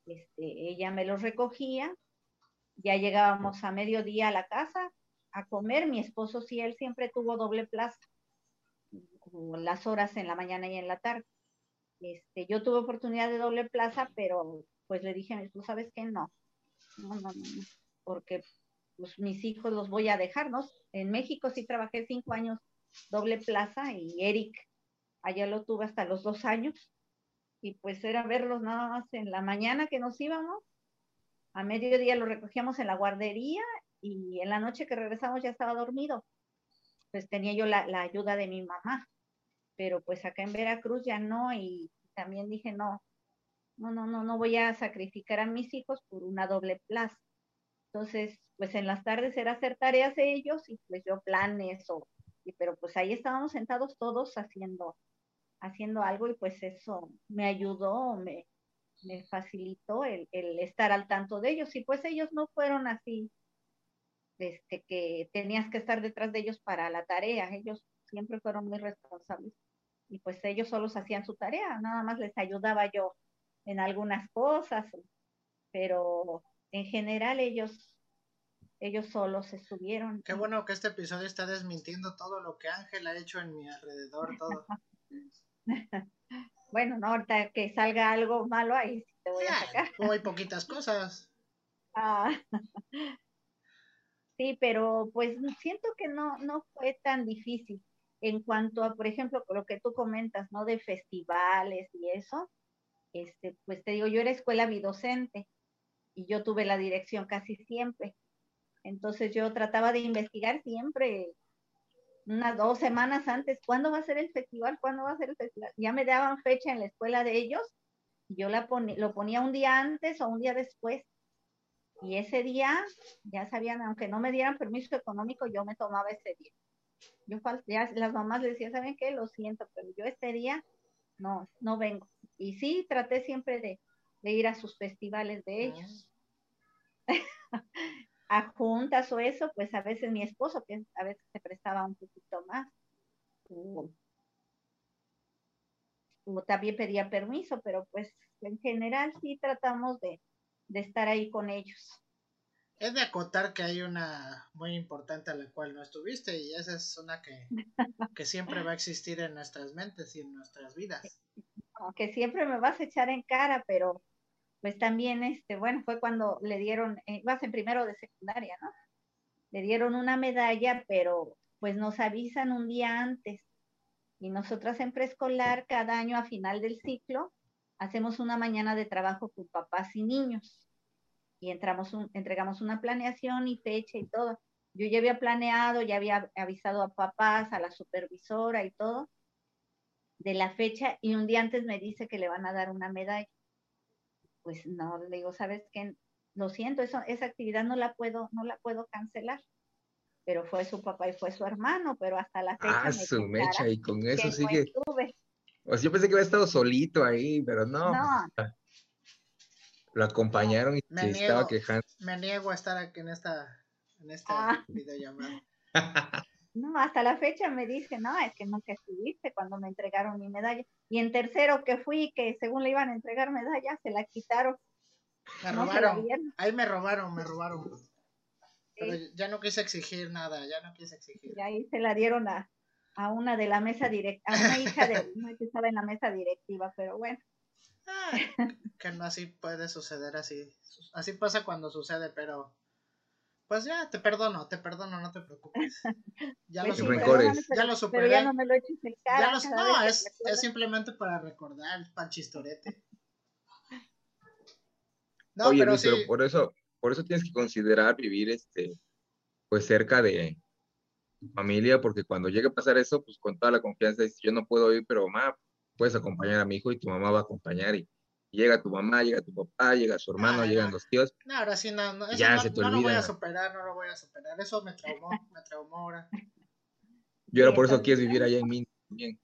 Speaker 4: ella me los recogía, ya llegábamos a mediodía a la casa a comer. Mi esposo sí, él siempre tuvo doble plaza, las horas en la mañana y en la tarde. Yo tuve oportunidad de doble plaza, pero pues le dije a mi esposo, ¿sabes qué? No, no, no, no, no, porque pues mis hijos los voy a dejar, ¿no? En México sí trabajé 5 años doble plaza y Eric allá lo tuve hasta los 2 años y pues era verlos nada más en la mañana que nos íbamos, a mediodía lo recogíamos en la guardería y en la noche que regresamos ya estaba dormido. Pues tenía yo la ayuda de mi mamá, pero pues acá en Veracruz ya no y también dije no, no, no, no, no voy a sacrificar a mis hijos por una doble plaza. Entonces, pues en las tardes era hacer tareas de ellos y pues yo planes pero pues ahí estábamos sentados todos haciendo algo y pues eso me ayudó, me facilitó el estar al tanto de ellos y pues ellos no fueron así, que tenías que estar detrás de ellos para la tarea, ellos siempre fueron muy responsables y pues ellos solos hacían su tarea, nada más les ayudaba yo en algunas cosas, pero en general ellos solos estuvieron.
Speaker 1: Qué bueno que este episodio está desmintiendo todo lo que Ángel ha hecho en mi alrededor, todo.
Speaker 4: Bueno, no, ahorita que salga algo malo, ahí sí te voy a sacar.
Speaker 1: Hay poquitas cosas.
Speaker 4: Ah, sí, pero pues siento que no fue tan difícil. En cuanto a, por ejemplo, lo que tú comentas, ¿no? De festivales y eso, pues te digo, yo era escuela bidocente y yo tuve la dirección casi siempre. Entonces yo trataba de investigar siempre, unas 2 semanas antes, ¿cuándo va a ser el festival? ¿Cuándo va a ser el festival? Ya me daban fecha en la escuela de ellos, y yo lo ponía un día antes o un día después, y ese día ya sabían, aunque no me dieran permiso económico, yo me tomaba ese día. Ya las mamás les decían, ¿saben qué? Lo siento, pero yo este día no vengo. Y sí, traté siempre de ir a sus festivales de ellos. A juntas o eso, pues a veces mi esposo, que a veces se prestaba un poquito más, o, o también pedía permiso, pero pues en general sí tratamos de estar ahí con ellos.
Speaker 1: Es de acotar que hay una muy importante a la cual no estuviste y esa es una que siempre va a existir en nuestras mentes y en nuestras vidas.
Speaker 4: Aunque siempre me vas a echar en cara, pero pues también, bueno, fue cuando le dieron, ibas en primero de secundaria, ¿no? Le dieron una medalla, pero pues nos avisan un día antes. Y nosotras en preescolar, cada año a final del ciclo, hacemos una mañana de trabajo con papás y niños. Y entregamos una planeación y fecha y todo. Yo ya había planeado, ya había avisado a papás, a la supervisora y todo de la fecha y un día antes me dice que le van a dar una medalla. Pues no, le digo, ¿sabes qué? Lo siento, esa actividad no la puedo cancelar. Pero fue su papá y fue su hermano, pero hasta la fecha me
Speaker 3: Su
Speaker 4: echa en
Speaker 3: mecha,
Speaker 4: cara
Speaker 3: y con
Speaker 4: que
Speaker 3: eso
Speaker 4: no
Speaker 3: sigue.
Speaker 4: estuve.
Speaker 3: O sea, yo pensé que había estado solito ahí, pero no, pues,
Speaker 4: No,
Speaker 3: lo
Speaker 4: no.
Speaker 3: acompañaron y
Speaker 1: Me
Speaker 3: se estaba
Speaker 1: niego,
Speaker 3: quejando.
Speaker 1: me niego a estar aquí en esta
Speaker 4: Ah,
Speaker 1: videollamada.
Speaker 4: no, hasta la fecha me dice, no, es que nunca estuviste cuando me entregaron mi medalla. Y en tercero que fui, que según le iban a entregar medalla, se la quitaron,
Speaker 1: Me
Speaker 4: no se la
Speaker 1: robaron,
Speaker 4: dieron.
Speaker 1: ahí me robaron. Pero
Speaker 4: Sí,
Speaker 1: ya no quise exigir nada, ya no quise exigir.
Speaker 4: y ahí se la dieron a una de la mesa directa, a una hija de una que estaba en la mesa directiva, pero bueno.
Speaker 1: Que no así puede suceder, así pasa cuando sucede, pero pues ya te perdono, no te preocupes. Ya lo
Speaker 4: Pues
Speaker 3: Sin
Speaker 4: sí,
Speaker 1: superé,
Speaker 4: perdóname,
Speaker 3: rencores.
Speaker 1: ya lo
Speaker 4: pero ya
Speaker 1: superé.
Speaker 4: no me lo eches en cara cada vez
Speaker 1: No,
Speaker 4: que te
Speaker 1: es
Speaker 4: acuerdas.
Speaker 1: simplemente para recordar, para chistorete. No,
Speaker 3: Oye,
Speaker 1: pero
Speaker 3: Luis, pero
Speaker 1: sí,
Speaker 3: por eso tienes que considerar vivir pues cerca de tu familia, porque cuando llegue a pasar eso, pues con toda la confianza dices, yo no puedo ir, pero mamá, puedes acompañar a mi hijo y tu mamá va a acompañar y llega tu mamá, llega tu papá, llega su hermano,
Speaker 1: no,
Speaker 3: llegan los tíos
Speaker 1: no, ahora sí, no,
Speaker 3: y
Speaker 1: eso
Speaker 3: ya
Speaker 1: no,
Speaker 3: se te
Speaker 1: no lo voy a
Speaker 3: olvida.
Speaker 1: superar, no lo voy a superar. Eso me traumó ahora.
Speaker 3: Y
Speaker 4: Sí,
Speaker 3: ahora por eso
Speaker 4: estás
Speaker 3: quieres vivir
Speaker 4: viviendo
Speaker 3: allá en mí también.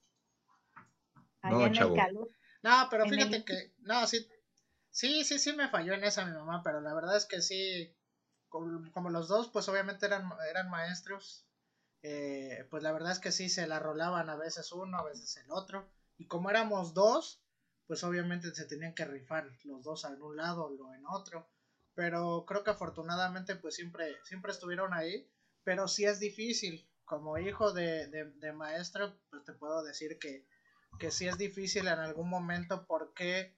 Speaker 4: allá
Speaker 3: No,
Speaker 4: en el
Speaker 3: chavo.
Speaker 4: calor,
Speaker 1: No, pero
Speaker 4: en el
Speaker 1: fíjate que, no, sí me falló en esa mi mamá, pero la verdad es que sí, como los dos, pues obviamente eran maestros, pues la verdad es que sí se la rolaban a veces uno, a veces el otro, y como éramos dos, pues obviamente se tenían que rifar los dos en un lado o en otro, pero creo que afortunadamente pues siempre estuvieron ahí, pero sí es difícil, como hijo de maestro, pues te puedo decir que sí es difícil en algún momento porque,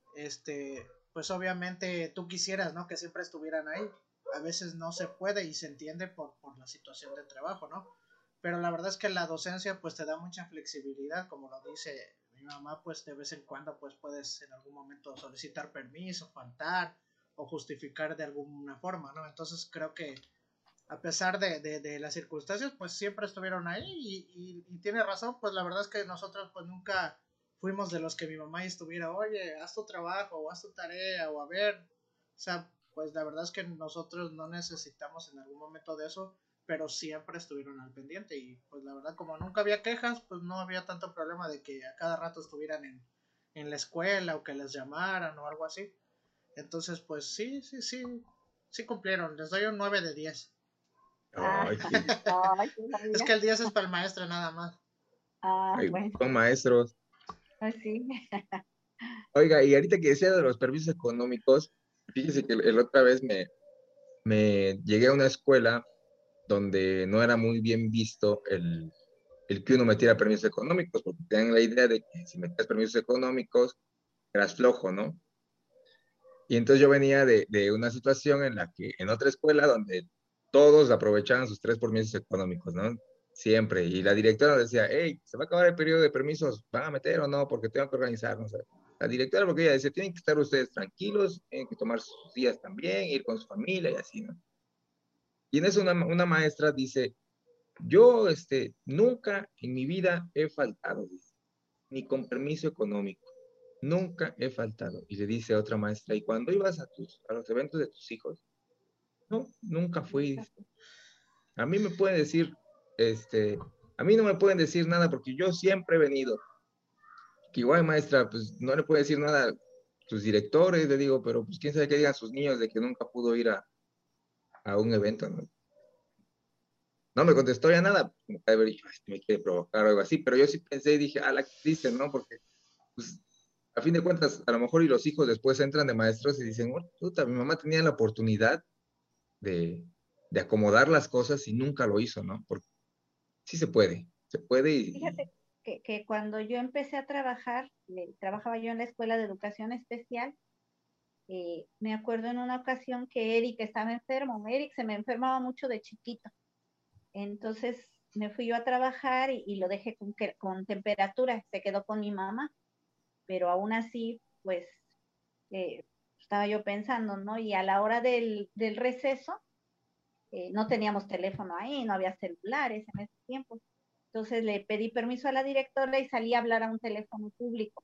Speaker 1: pues obviamente tú quisieras, ¿no? Que siempre estuvieran ahí, a veces no se puede y se entiende por la situación de trabajo, ¿no? Pero la verdad es que la docencia pues te da mucha flexibilidad, como lo dice mi mamá, pues de vez en cuando pues puedes en algún momento solicitar permiso, faltar o justificar de alguna forma, ¿no? Entonces creo que a pesar de las circunstancias, pues siempre estuvieron ahí y tiene razón, pues la verdad es que nosotros pues nunca fuimos de los que mi mamá estuviera, oye, haz tu trabajo o haz tu tarea o a ver, o sea, pues la verdad es que nosotros no necesitamos en algún momento de eso, pero siempre estuvieron al pendiente y pues la verdad como nunca había quejas, pues no había tanto problema de que a cada rato estuvieran en la escuela o que les llamaran o algo así. Entonces pues sí cumplieron, les doy un 9 de 10.
Speaker 4: Ah,
Speaker 3: Ay, qué,
Speaker 4: ay,
Speaker 1: Es
Speaker 4: todavía.
Speaker 1: que el 10 es para el maestro nada más.
Speaker 4: Ah,
Speaker 3: ay,
Speaker 4: bueno,
Speaker 3: son maestros.
Speaker 4: pues sí.
Speaker 3: Oiga, y ahorita que decía de los permisos económicos, fíjese que el otra vez me llegué a una escuela donde no era muy bien visto el que uno metiera permisos económicos, porque tenían la idea de que si metías permisos económicos eras flojo, ¿no? Y entonces yo venía de una situación en la que, en otra escuela donde todos aprovechaban sus 3 permisos económicos, ¿no? Siempre. Y la directora decía, hey, se va a acabar el periodo de permisos, ¿van a meter o no? Porque tengo que organizarnos. La directora, porque ella decía, tienen que estar ustedes tranquilos, tienen que tomar sus días también, ir con su familia y así, ¿no? Y en eso una maestra dice, yo nunca en mi vida he faltado, dice, ni con permiso económico. Nunca he faltado. Y le dice a otra maestra, ¿y cuando ibas a los eventos de tus hijos? No, nunca fui. A mí me pueden decir, a mí no me pueden decir nada porque yo siempre he venido. Que igual, maestra, pues no le puede decir nada a sus directores, le digo, pero pues quién sabe qué digan sus niños de que nunca pudo ir a un evento, ¿no? No me contestó ya nada, como que haber dicho, me quiere provocar o algo así, pero yo sí pensé y dije, la que dicen, ¿no? Porque, pues, a fin de cuentas, a lo mejor y los hijos después entran de maestros y dicen, oh, puta, mi mamá tenía la oportunidad de, de acomodar las cosas y nunca lo hizo, ¿no? Porque sí se puede
Speaker 4: Fíjate que cuando yo empecé a trabajar, trabajaba yo en la escuela de educación especial. Me acuerdo en una ocasión que Eric estaba enfermo. Eric se me enfermaba mucho de chiquito. Entonces me fui yo a trabajar y lo dejé con temperatura. Se quedó con mi mamá, pero aún así, pues estaba yo pensando, ¿no? Y a la hora del receso, no teníamos teléfono ahí, no había celulares en ese tiempo. Entonces le pedí permiso a la directora y salí a hablar a un teléfono público.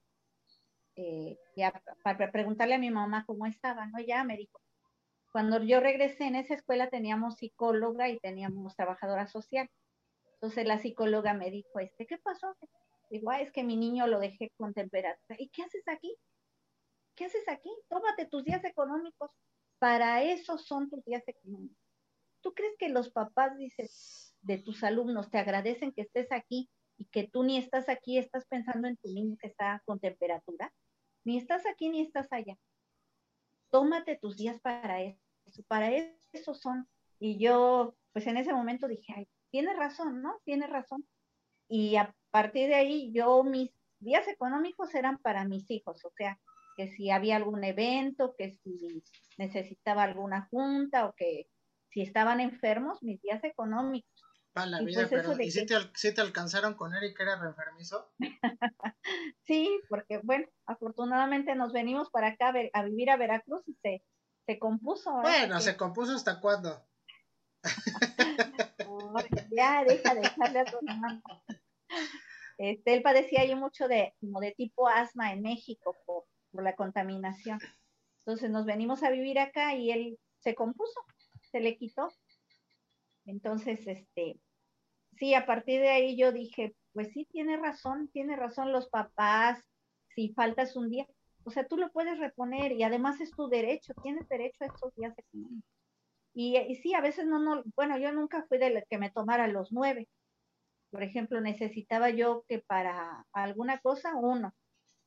Speaker 4: Ya para preguntarle a mi mamá cómo estaba, ¿no? Ya me dijo. Cuando yo regresé en esa escuela teníamos psicóloga y teníamos trabajadora social. Entonces la psicóloga me dijo, ¿qué pasó? Digo, es que mi niño lo dejé con temperatura. ¿Y qué haces aquí? ¿Qué haces aquí? Tómate tus días económicos. Para eso son tus días económicos. ¿Tú crees que los papás, dices, de tus alumnos te agradecen que estés aquí y que tú ni estás aquí, estás pensando en tu niño que está con temperatura? Ni estás aquí ni estás allá. Tómate tus días para eso son. Y yo, pues en ese momento dije, ay, tiene razón, ¿no? Tiene razón. Y a partir de ahí, mis días económicos eran para mis hijos, o sea, que si había algún evento, que si necesitaba alguna junta o que si estaban enfermos, mis días económicos.
Speaker 1: Para la
Speaker 4: Y
Speaker 1: vida,
Speaker 4: pues eso
Speaker 1: pero
Speaker 4: de
Speaker 1: ¿y
Speaker 4: que,
Speaker 1: si te alcanzaron con Eric que era reenfermizo?
Speaker 4: sí, porque bueno, afortunadamente nos venimos para acá a vivir a Veracruz y se compuso, ahora sí
Speaker 1: Bueno,
Speaker 4: que,
Speaker 1: ¿se compuso hasta cuándo?
Speaker 4: oh, ya deja de echarle a tu hermano. Él padecía ahí mucho como de tipo asma en México por la contaminación. Entonces nos venimos a vivir acá y él se compuso, se le quitó. Entonces, sí, a partir de ahí yo dije, pues sí, tiene razón los papás, si faltas un día, o sea, tú lo puedes reponer y además es tu derecho, tienes derecho a estos días económicos. Y sí, a veces no, bueno, yo nunca fui de la que me tomara los 9. Por ejemplo, necesitaba yo que para alguna cosa, 1.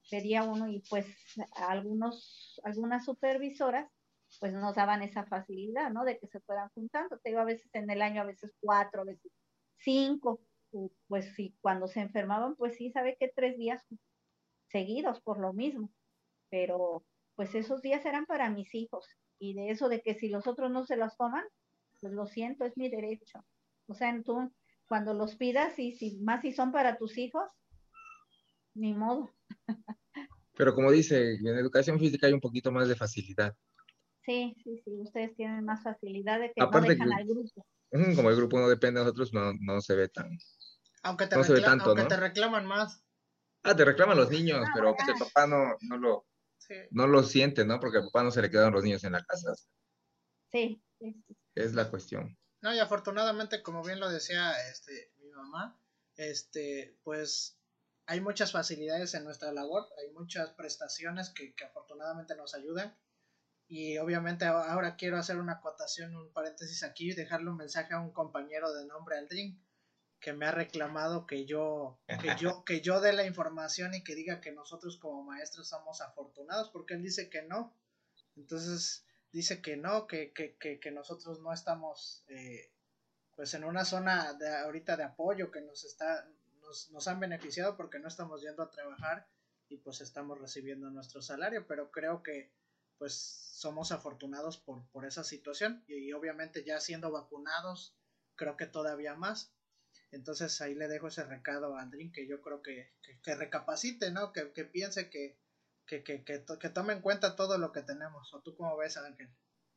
Speaker 4: pedía uno y pues algunas supervisoras pues nos daban esa facilidad, ¿no? De que se fueran juntando. Te digo, a veces en el año, a veces 4, a veces 5, pues sí, cuando se enfermaban, pues sí, sabe que 3 días seguidos por lo mismo, pero pues esos días eran para mis hijos y de eso de que si los otros no se los toman, pues lo siento, es mi derecho. O sea, tú cuando los pidas y si más si son para tus hijos, ni modo.
Speaker 3: Pero como dice, en educación física hay un poquito más de facilidad.
Speaker 4: Sí, sí, sí, ustedes tienen más facilidad de que no
Speaker 3: Aparte
Speaker 4: dejan
Speaker 3: que
Speaker 4: al grupo.
Speaker 3: como el grupo no depende de nosotros, no se ve no se ve tanto,
Speaker 1: Aunque te
Speaker 3: ¿no?
Speaker 1: reclaman más.
Speaker 3: Ah, te reclaman los niños,
Speaker 4: Ah,
Speaker 3: pero pues el
Speaker 4: bueno,
Speaker 3: papá
Speaker 1: Sí.
Speaker 3: no lo siente, ¿no? Porque al papá no se le quedaron los niños en la casa.
Speaker 4: sí, sí, sí.
Speaker 3: Es la cuestión.
Speaker 1: No, y afortunadamente, como bien lo decía mi mamá, pues hay muchas facilidades en nuestra labor, hay muchas prestaciones que afortunadamente nos ayudan. Y obviamente ahora quiero hacer una acotación, un paréntesis aquí y dejarle un mensaje a un compañero de nombre Aldrin que me ha reclamado que yo dé la información y que diga que nosotros como maestros somos afortunados, porque él dice que no. Entonces dice que no, que nosotros no estamos pues en una zona de ahorita de apoyo que nos han beneficiado porque no estamos yendo a trabajar y pues estamos recibiendo nuestro salario, pero creo que pues somos afortunados por esa situación y obviamente ya siendo vacunados creo que todavía más. Entonces ahí le dejo ese recado a Andrín que yo creo que recapacite, ¿no? Que piense que tome en cuenta todo lo que tenemos. ¿O tú cómo ves, Ángel?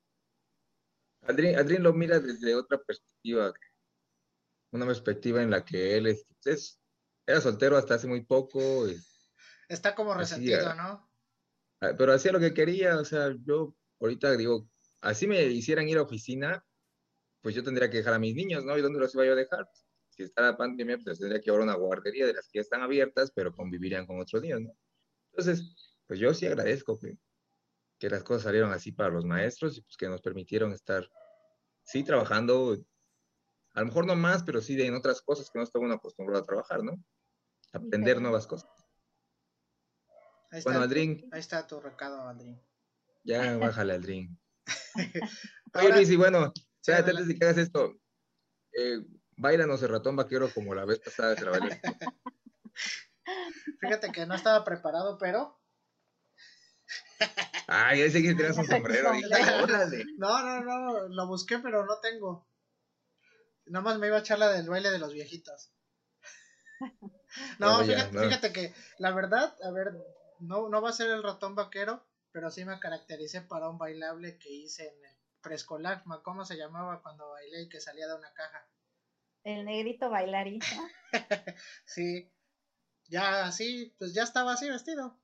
Speaker 3: Adrián lo mira desde otra perspectiva, una perspectiva en la que él era soltero hasta hace muy poco,
Speaker 1: Está como resentido,
Speaker 3: hacía,
Speaker 1: ¿no?
Speaker 3: pero hacía lo que quería, o sea, yo ahorita digo, así me hicieran ir a oficina, pues yo tendría que dejar a mis niños, ¿no? ¿Y dónde los iba yo a dejar? Si está la pandemia, pues tendría que llevar a una guardería de las que ya están abiertas, pero convivirían con otros niños, ¿no? Entonces, pues yo sí agradezco que las cosas salieron así para los maestros y pues que nos permitieron estar, sí, trabajando, a lo mejor no más, pero sí en otras cosas que no está uno acostumbrado a trabajar, ¿no? Aprender
Speaker 4: Diferente.
Speaker 3: nuevas cosas.
Speaker 1: Ahí
Speaker 3: Bueno,
Speaker 1: está,
Speaker 3: Aldrin,
Speaker 1: ahí está tu recado, Andrín.
Speaker 3: ya bájale, Aldrin. Oye,
Speaker 1: Ahora,
Speaker 3: Luis, y bueno,
Speaker 1: sí,
Speaker 3: espérate, antes
Speaker 1: adelante.
Speaker 3: de que hagas esto, báilanos el ratón vaquero como la vez pasada se la bailó.
Speaker 1: Fíjate que no estaba preparado, pero
Speaker 3: Ay, ese que tienes un
Speaker 4: El
Speaker 3: sombrero, dije,
Speaker 4: sombrero.
Speaker 3: órale.
Speaker 1: no, lo busqué, pero no tengo. Nada más me iba a echar la del baile de los viejitos.
Speaker 3: Bueno,
Speaker 1: No,
Speaker 3: ya, no.
Speaker 1: fíjate que la verdad, a ver, no va a ser el ratón vaquero, pero sí me caractericé para un bailable que hice en el preescolar. ¿Cómo se llamaba cuando bailé y que salía de una caja?
Speaker 4: El negrito bailarín, ¿no?
Speaker 1: Sí, ya así, pues ya estaba así vestido.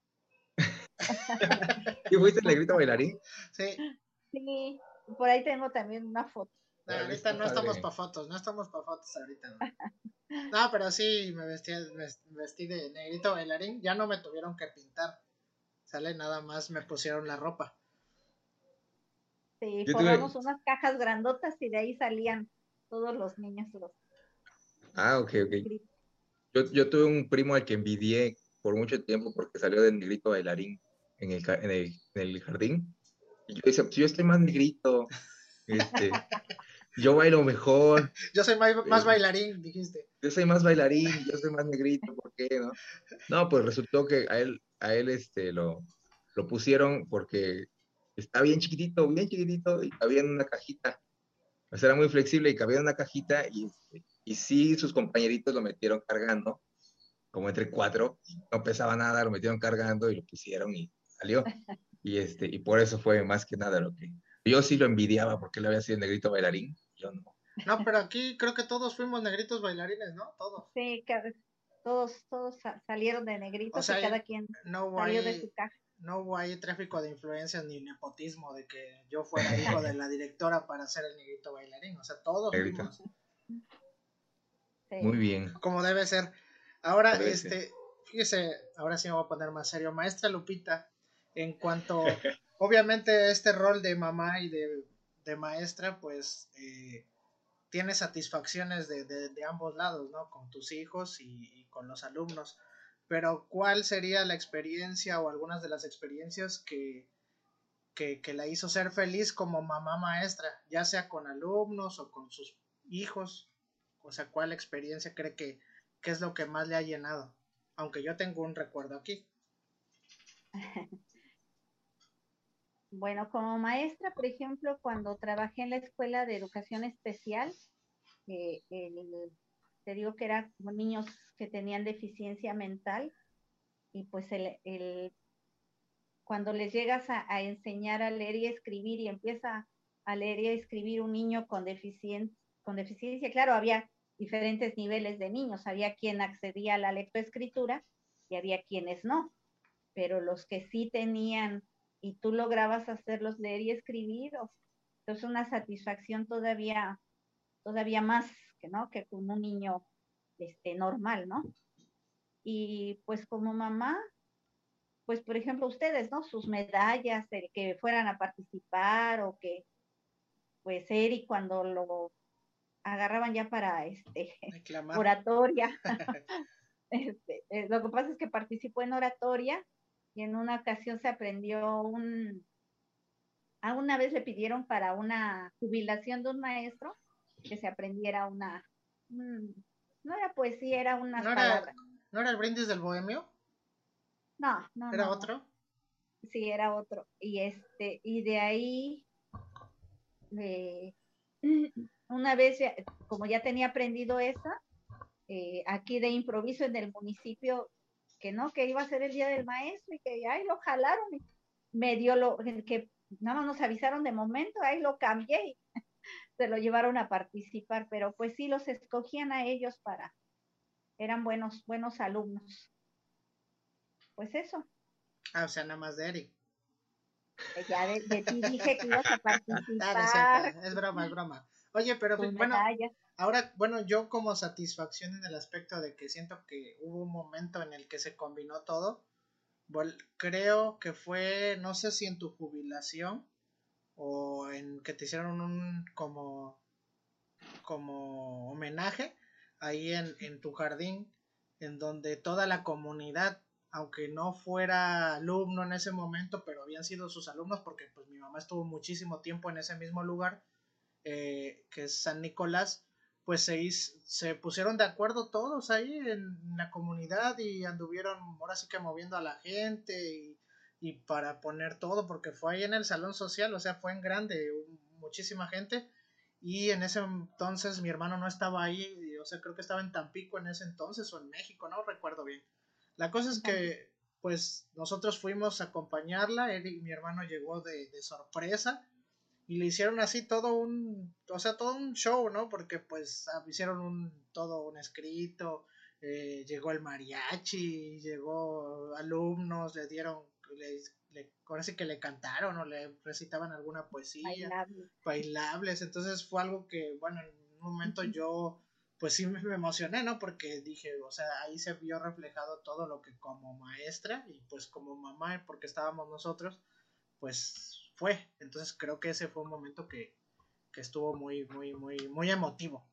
Speaker 3: ¿Y fuiste el negrito bailarín?
Speaker 1: Sí,
Speaker 4: Sí, por ahí tengo también una foto.
Speaker 3: Órale,
Speaker 1: ahorita
Speaker 3: está
Speaker 1: no estamos
Speaker 3: padre.
Speaker 1: para fotos, no estamos para fotos ahorita, ¿no? No, pero sí me vestí de negrito bailarín, ya no me tuvieron que pintar, sale nada más me pusieron la ropa.
Speaker 4: Sí,
Speaker 3: Yo tuve,
Speaker 4: forramos unas cajas grandotas y de ahí salían todos los niños, los
Speaker 3: ok, ok.
Speaker 4: gritos.
Speaker 3: Yo tuve un primo al que envidié por mucho tiempo porque salió de negrito bailarín en el jardín. Y yo decía, pues yo estoy más negrito, este, yo bailo mejor,
Speaker 1: Yo soy más
Speaker 3: eh,
Speaker 1: bailarín, dijiste.
Speaker 3: yo soy más bailarín y yo soy más negrito, ¿por qué, no? No, pues resultó que a él lo pusieron porque está bien chiquitito y cabía en una cajita. O sea, era muy flexible y cabía en una cajita y sí, sus compañeritos lo metieron cargando, como entre cuatro, no pesaba nada, lo metieron cargando y lo pusieron y salió. Y por eso fue más que nada lo que... Yo sí lo envidiaba porque él había sido negrito bailarín, yo no.
Speaker 1: No, pero aquí creo que todos fuimos negritos bailarines, ¿no? Todos.
Speaker 4: Sí, todos salieron de
Speaker 1: O
Speaker 4: negritos y
Speaker 1: sea,
Speaker 4: cada quien
Speaker 1: no hubo
Speaker 4: salió de su
Speaker 1: ahí,
Speaker 4: caja.
Speaker 1: no hubo ahí tráfico de influencias ni nepotismo de que yo fuera hijo de la directora para ser el negrito bailarín. O sea, todos
Speaker 3: Negrito.
Speaker 1: fuimos
Speaker 3: Muy
Speaker 4: Sí.
Speaker 3: bien,
Speaker 1: como debe ser. Ahora,
Speaker 3: como debe ser.
Speaker 1: fíjese, ahora sí me voy a poner más serio. Maestra Lupita, en cuanto, obviamente, este rol de mamá y de maestra, pues tiene satisfacciones de ambos lados, ¿no? Con tus hijos y con los alumnos. pero ¿cuál sería la experiencia o algunas de las experiencias que la hizo ser feliz como mamá maestra, ya sea con alumnos o con sus hijos? O sea, ¿cuál experiencia cree que es lo que más le ha llenado? Aunque yo tengo un recuerdo aquí.
Speaker 4: Bueno, como maestra, por ejemplo, cuando trabajé en la escuela de educación especial, eh, el- te digo que eran niños que tenían deficiencia mental y pues cuando les llegas a enseñar a leer y escribir y empieza a leer y a escribir un niño con deficiencia, claro, había diferentes niveles de niños, había quien accedía a la lectoescritura y había quienes no, pero los que sí tenían y tú lograbas hacerlos leer y escribir, entonces una satisfacción todavía más que, ¿no? Que con un niño normal, ¿no? Y pues como mamá, pues por ejemplo ustedes, ¿no? Sus medallas, el que fueran a participar o que pues Eric cuando lo agarraban ya para
Speaker 1: Reclamar.
Speaker 4: oratoria, lo que pasa es que participó en oratoria y en una ocasión se aprendió una vez le pidieron para una jubilación de un maestro que se aprendiera no era poesía, era unas
Speaker 1: ¿No era,
Speaker 4: palabras.
Speaker 1: ¿No era el brindis del bohemio?
Speaker 4: No, no,
Speaker 1: ¿Era
Speaker 4: no, no.
Speaker 1: otro?
Speaker 4: Sí, era otro. Y de ahí, eh, una vez, como ya tenía aprendido esa, aquí de improviso en el municipio, que no, que iba a ser el día del maestro y que ahí lo jalaron y me dio que nada más nos avisaron de momento, ahí lo cambié y se lo llevaron a participar, pero pues sí los escogían a ellos eran buenos alumnos. Pues eso,
Speaker 1: Ah, o sea, nada más de Eric.
Speaker 4: ya de ti dije que ibas a
Speaker 1: Ah, no es cierto,
Speaker 4: participar,
Speaker 1: es broma, es broma. Oye, pero
Speaker 4: tus
Speaker 1: bueno,
Speaker 4: medallas.
Speaker 1: ahora, bueno, yo como satisfacción en el aspecto de que siento que hubo un momento en el que se combinó todo, creo que fue, no sé si en tu jubilación o en que te hicieron un como homenaje ahí en tu jardín, en donde toda la comunidad, aunque no fuera alumno en ese momento, pero habían sido sus alumnos, porque pues mi mamá estuvo muchísimo tiempo en ese mismo lugar, que es San Nicolás, pues se pusieron de acuerdo todos ahí en la comunidad y anduvieron ahora sí que moviendo a la gente y para poner todo, porque fue ahí en el salón social, o sea, fue en grande, muchísima gente. Y en ese entonces mi hermano no estaba ahí, o sea, creo que estaba en Tampico en ese entonces o en México, no recuerdo bien. La cosa es que, pues, nosotros fuimos a acompañarla, él y mi hermano llegó de sorpresa y le hicieron así todo un show, ¿no? Porque pues hicieron todo un escrito, llegó el mariachi, llegó alumnos, ahora sí que le cantaron o le recitaban alguna poesía,
Speaker 4: Bailable.
Speaker 1: bailables, entonces fue algo que, bueno, en un momento yo pues sí me emocioné, ¿no? Porque dije, o sea, ahí se vio reflejado todo lo que como maestra y pues como mamá, porque estábamos nosotros, pues fue. Entonces creo que ese fue un momento que estuvo muy, muy, muy, muy emotivo.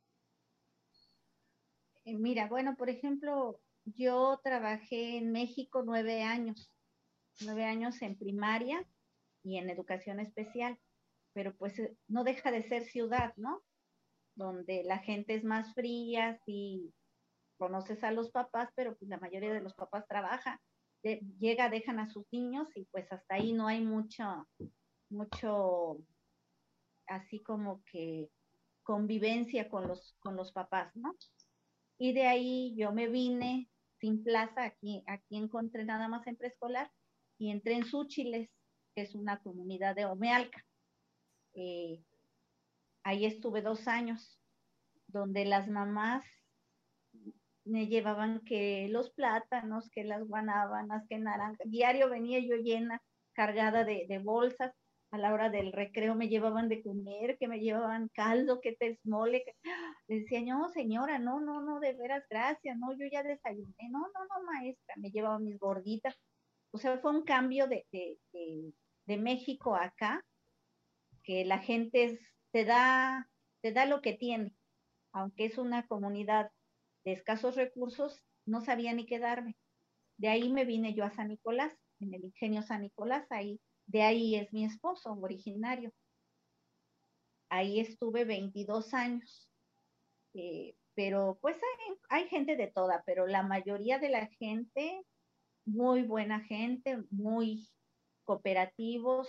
Speaker 4: Mira, bueno, por ejemplo, yo trabajé en México 9 años en primaria y en educación especial, pero pues no deja de ser ciudad, ¿no? Donde la gente es más fría, sí conoces a los papás, pero pues la mayoría de los papás trabaja, dejan a sus niños y pues hasta ahí no hay mucho, así como que convivencia con los papás, ¿no? Y de ahí yo me vine sin plaza, aquí encontré nada más en preescolar y entré en Súchiles, que es una comunidad de Omealca. Eh, Ahí estuve 2 años, donde las mamás me llevaban que los plátanos, que las guanábanas, que naranjas. Diario venía yo llena, cargada de bolsas. A la hora del recreo me llevaban de comer, que me llevaban caldo, que te mole. Le decía, no, señora, no, no, no, de veras, gracias, no, yo ya desayuné. No, no, no, maestra, me llevaban mis gorditas. O sea, fue un cambio de México a acá, que la gente te da lo que tiene, aunque es una comunidad de escasos recursos, no sabía ni qué darme. De ahí me vine yo a San Nicolás, en el Ingenio San Nicolás, de ahí es mi esposo originario. Ahí estuve 22 años. Pero pues hay gente de toda, pero la mayoría de la gente, muy buena gente, muy cooperativos,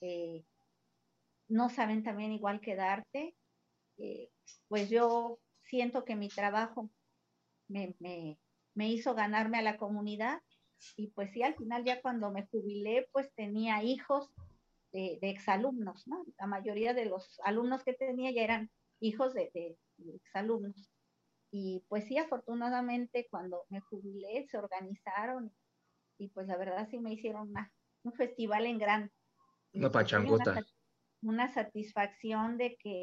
Speaker 4: no saben también igual quedarte. Pues yo siento que mi trabajo me hizo ganarme a la comunidad y pues sí, al final ya cuando me jubilé, pues tenía hijos de exalumnos, ¿no? La mayoría de los alumnos que tenía ya eran hijos de exalumnos. Y pues sí, afortunadamente cuando me jubilé se organizaron y pues la verdad sí me hicieron un festival en grande.
Speaker 3: Una
Speaker 4: Pues sí,
Speaker 3: pachangota.
Speaker 4: una satisfacción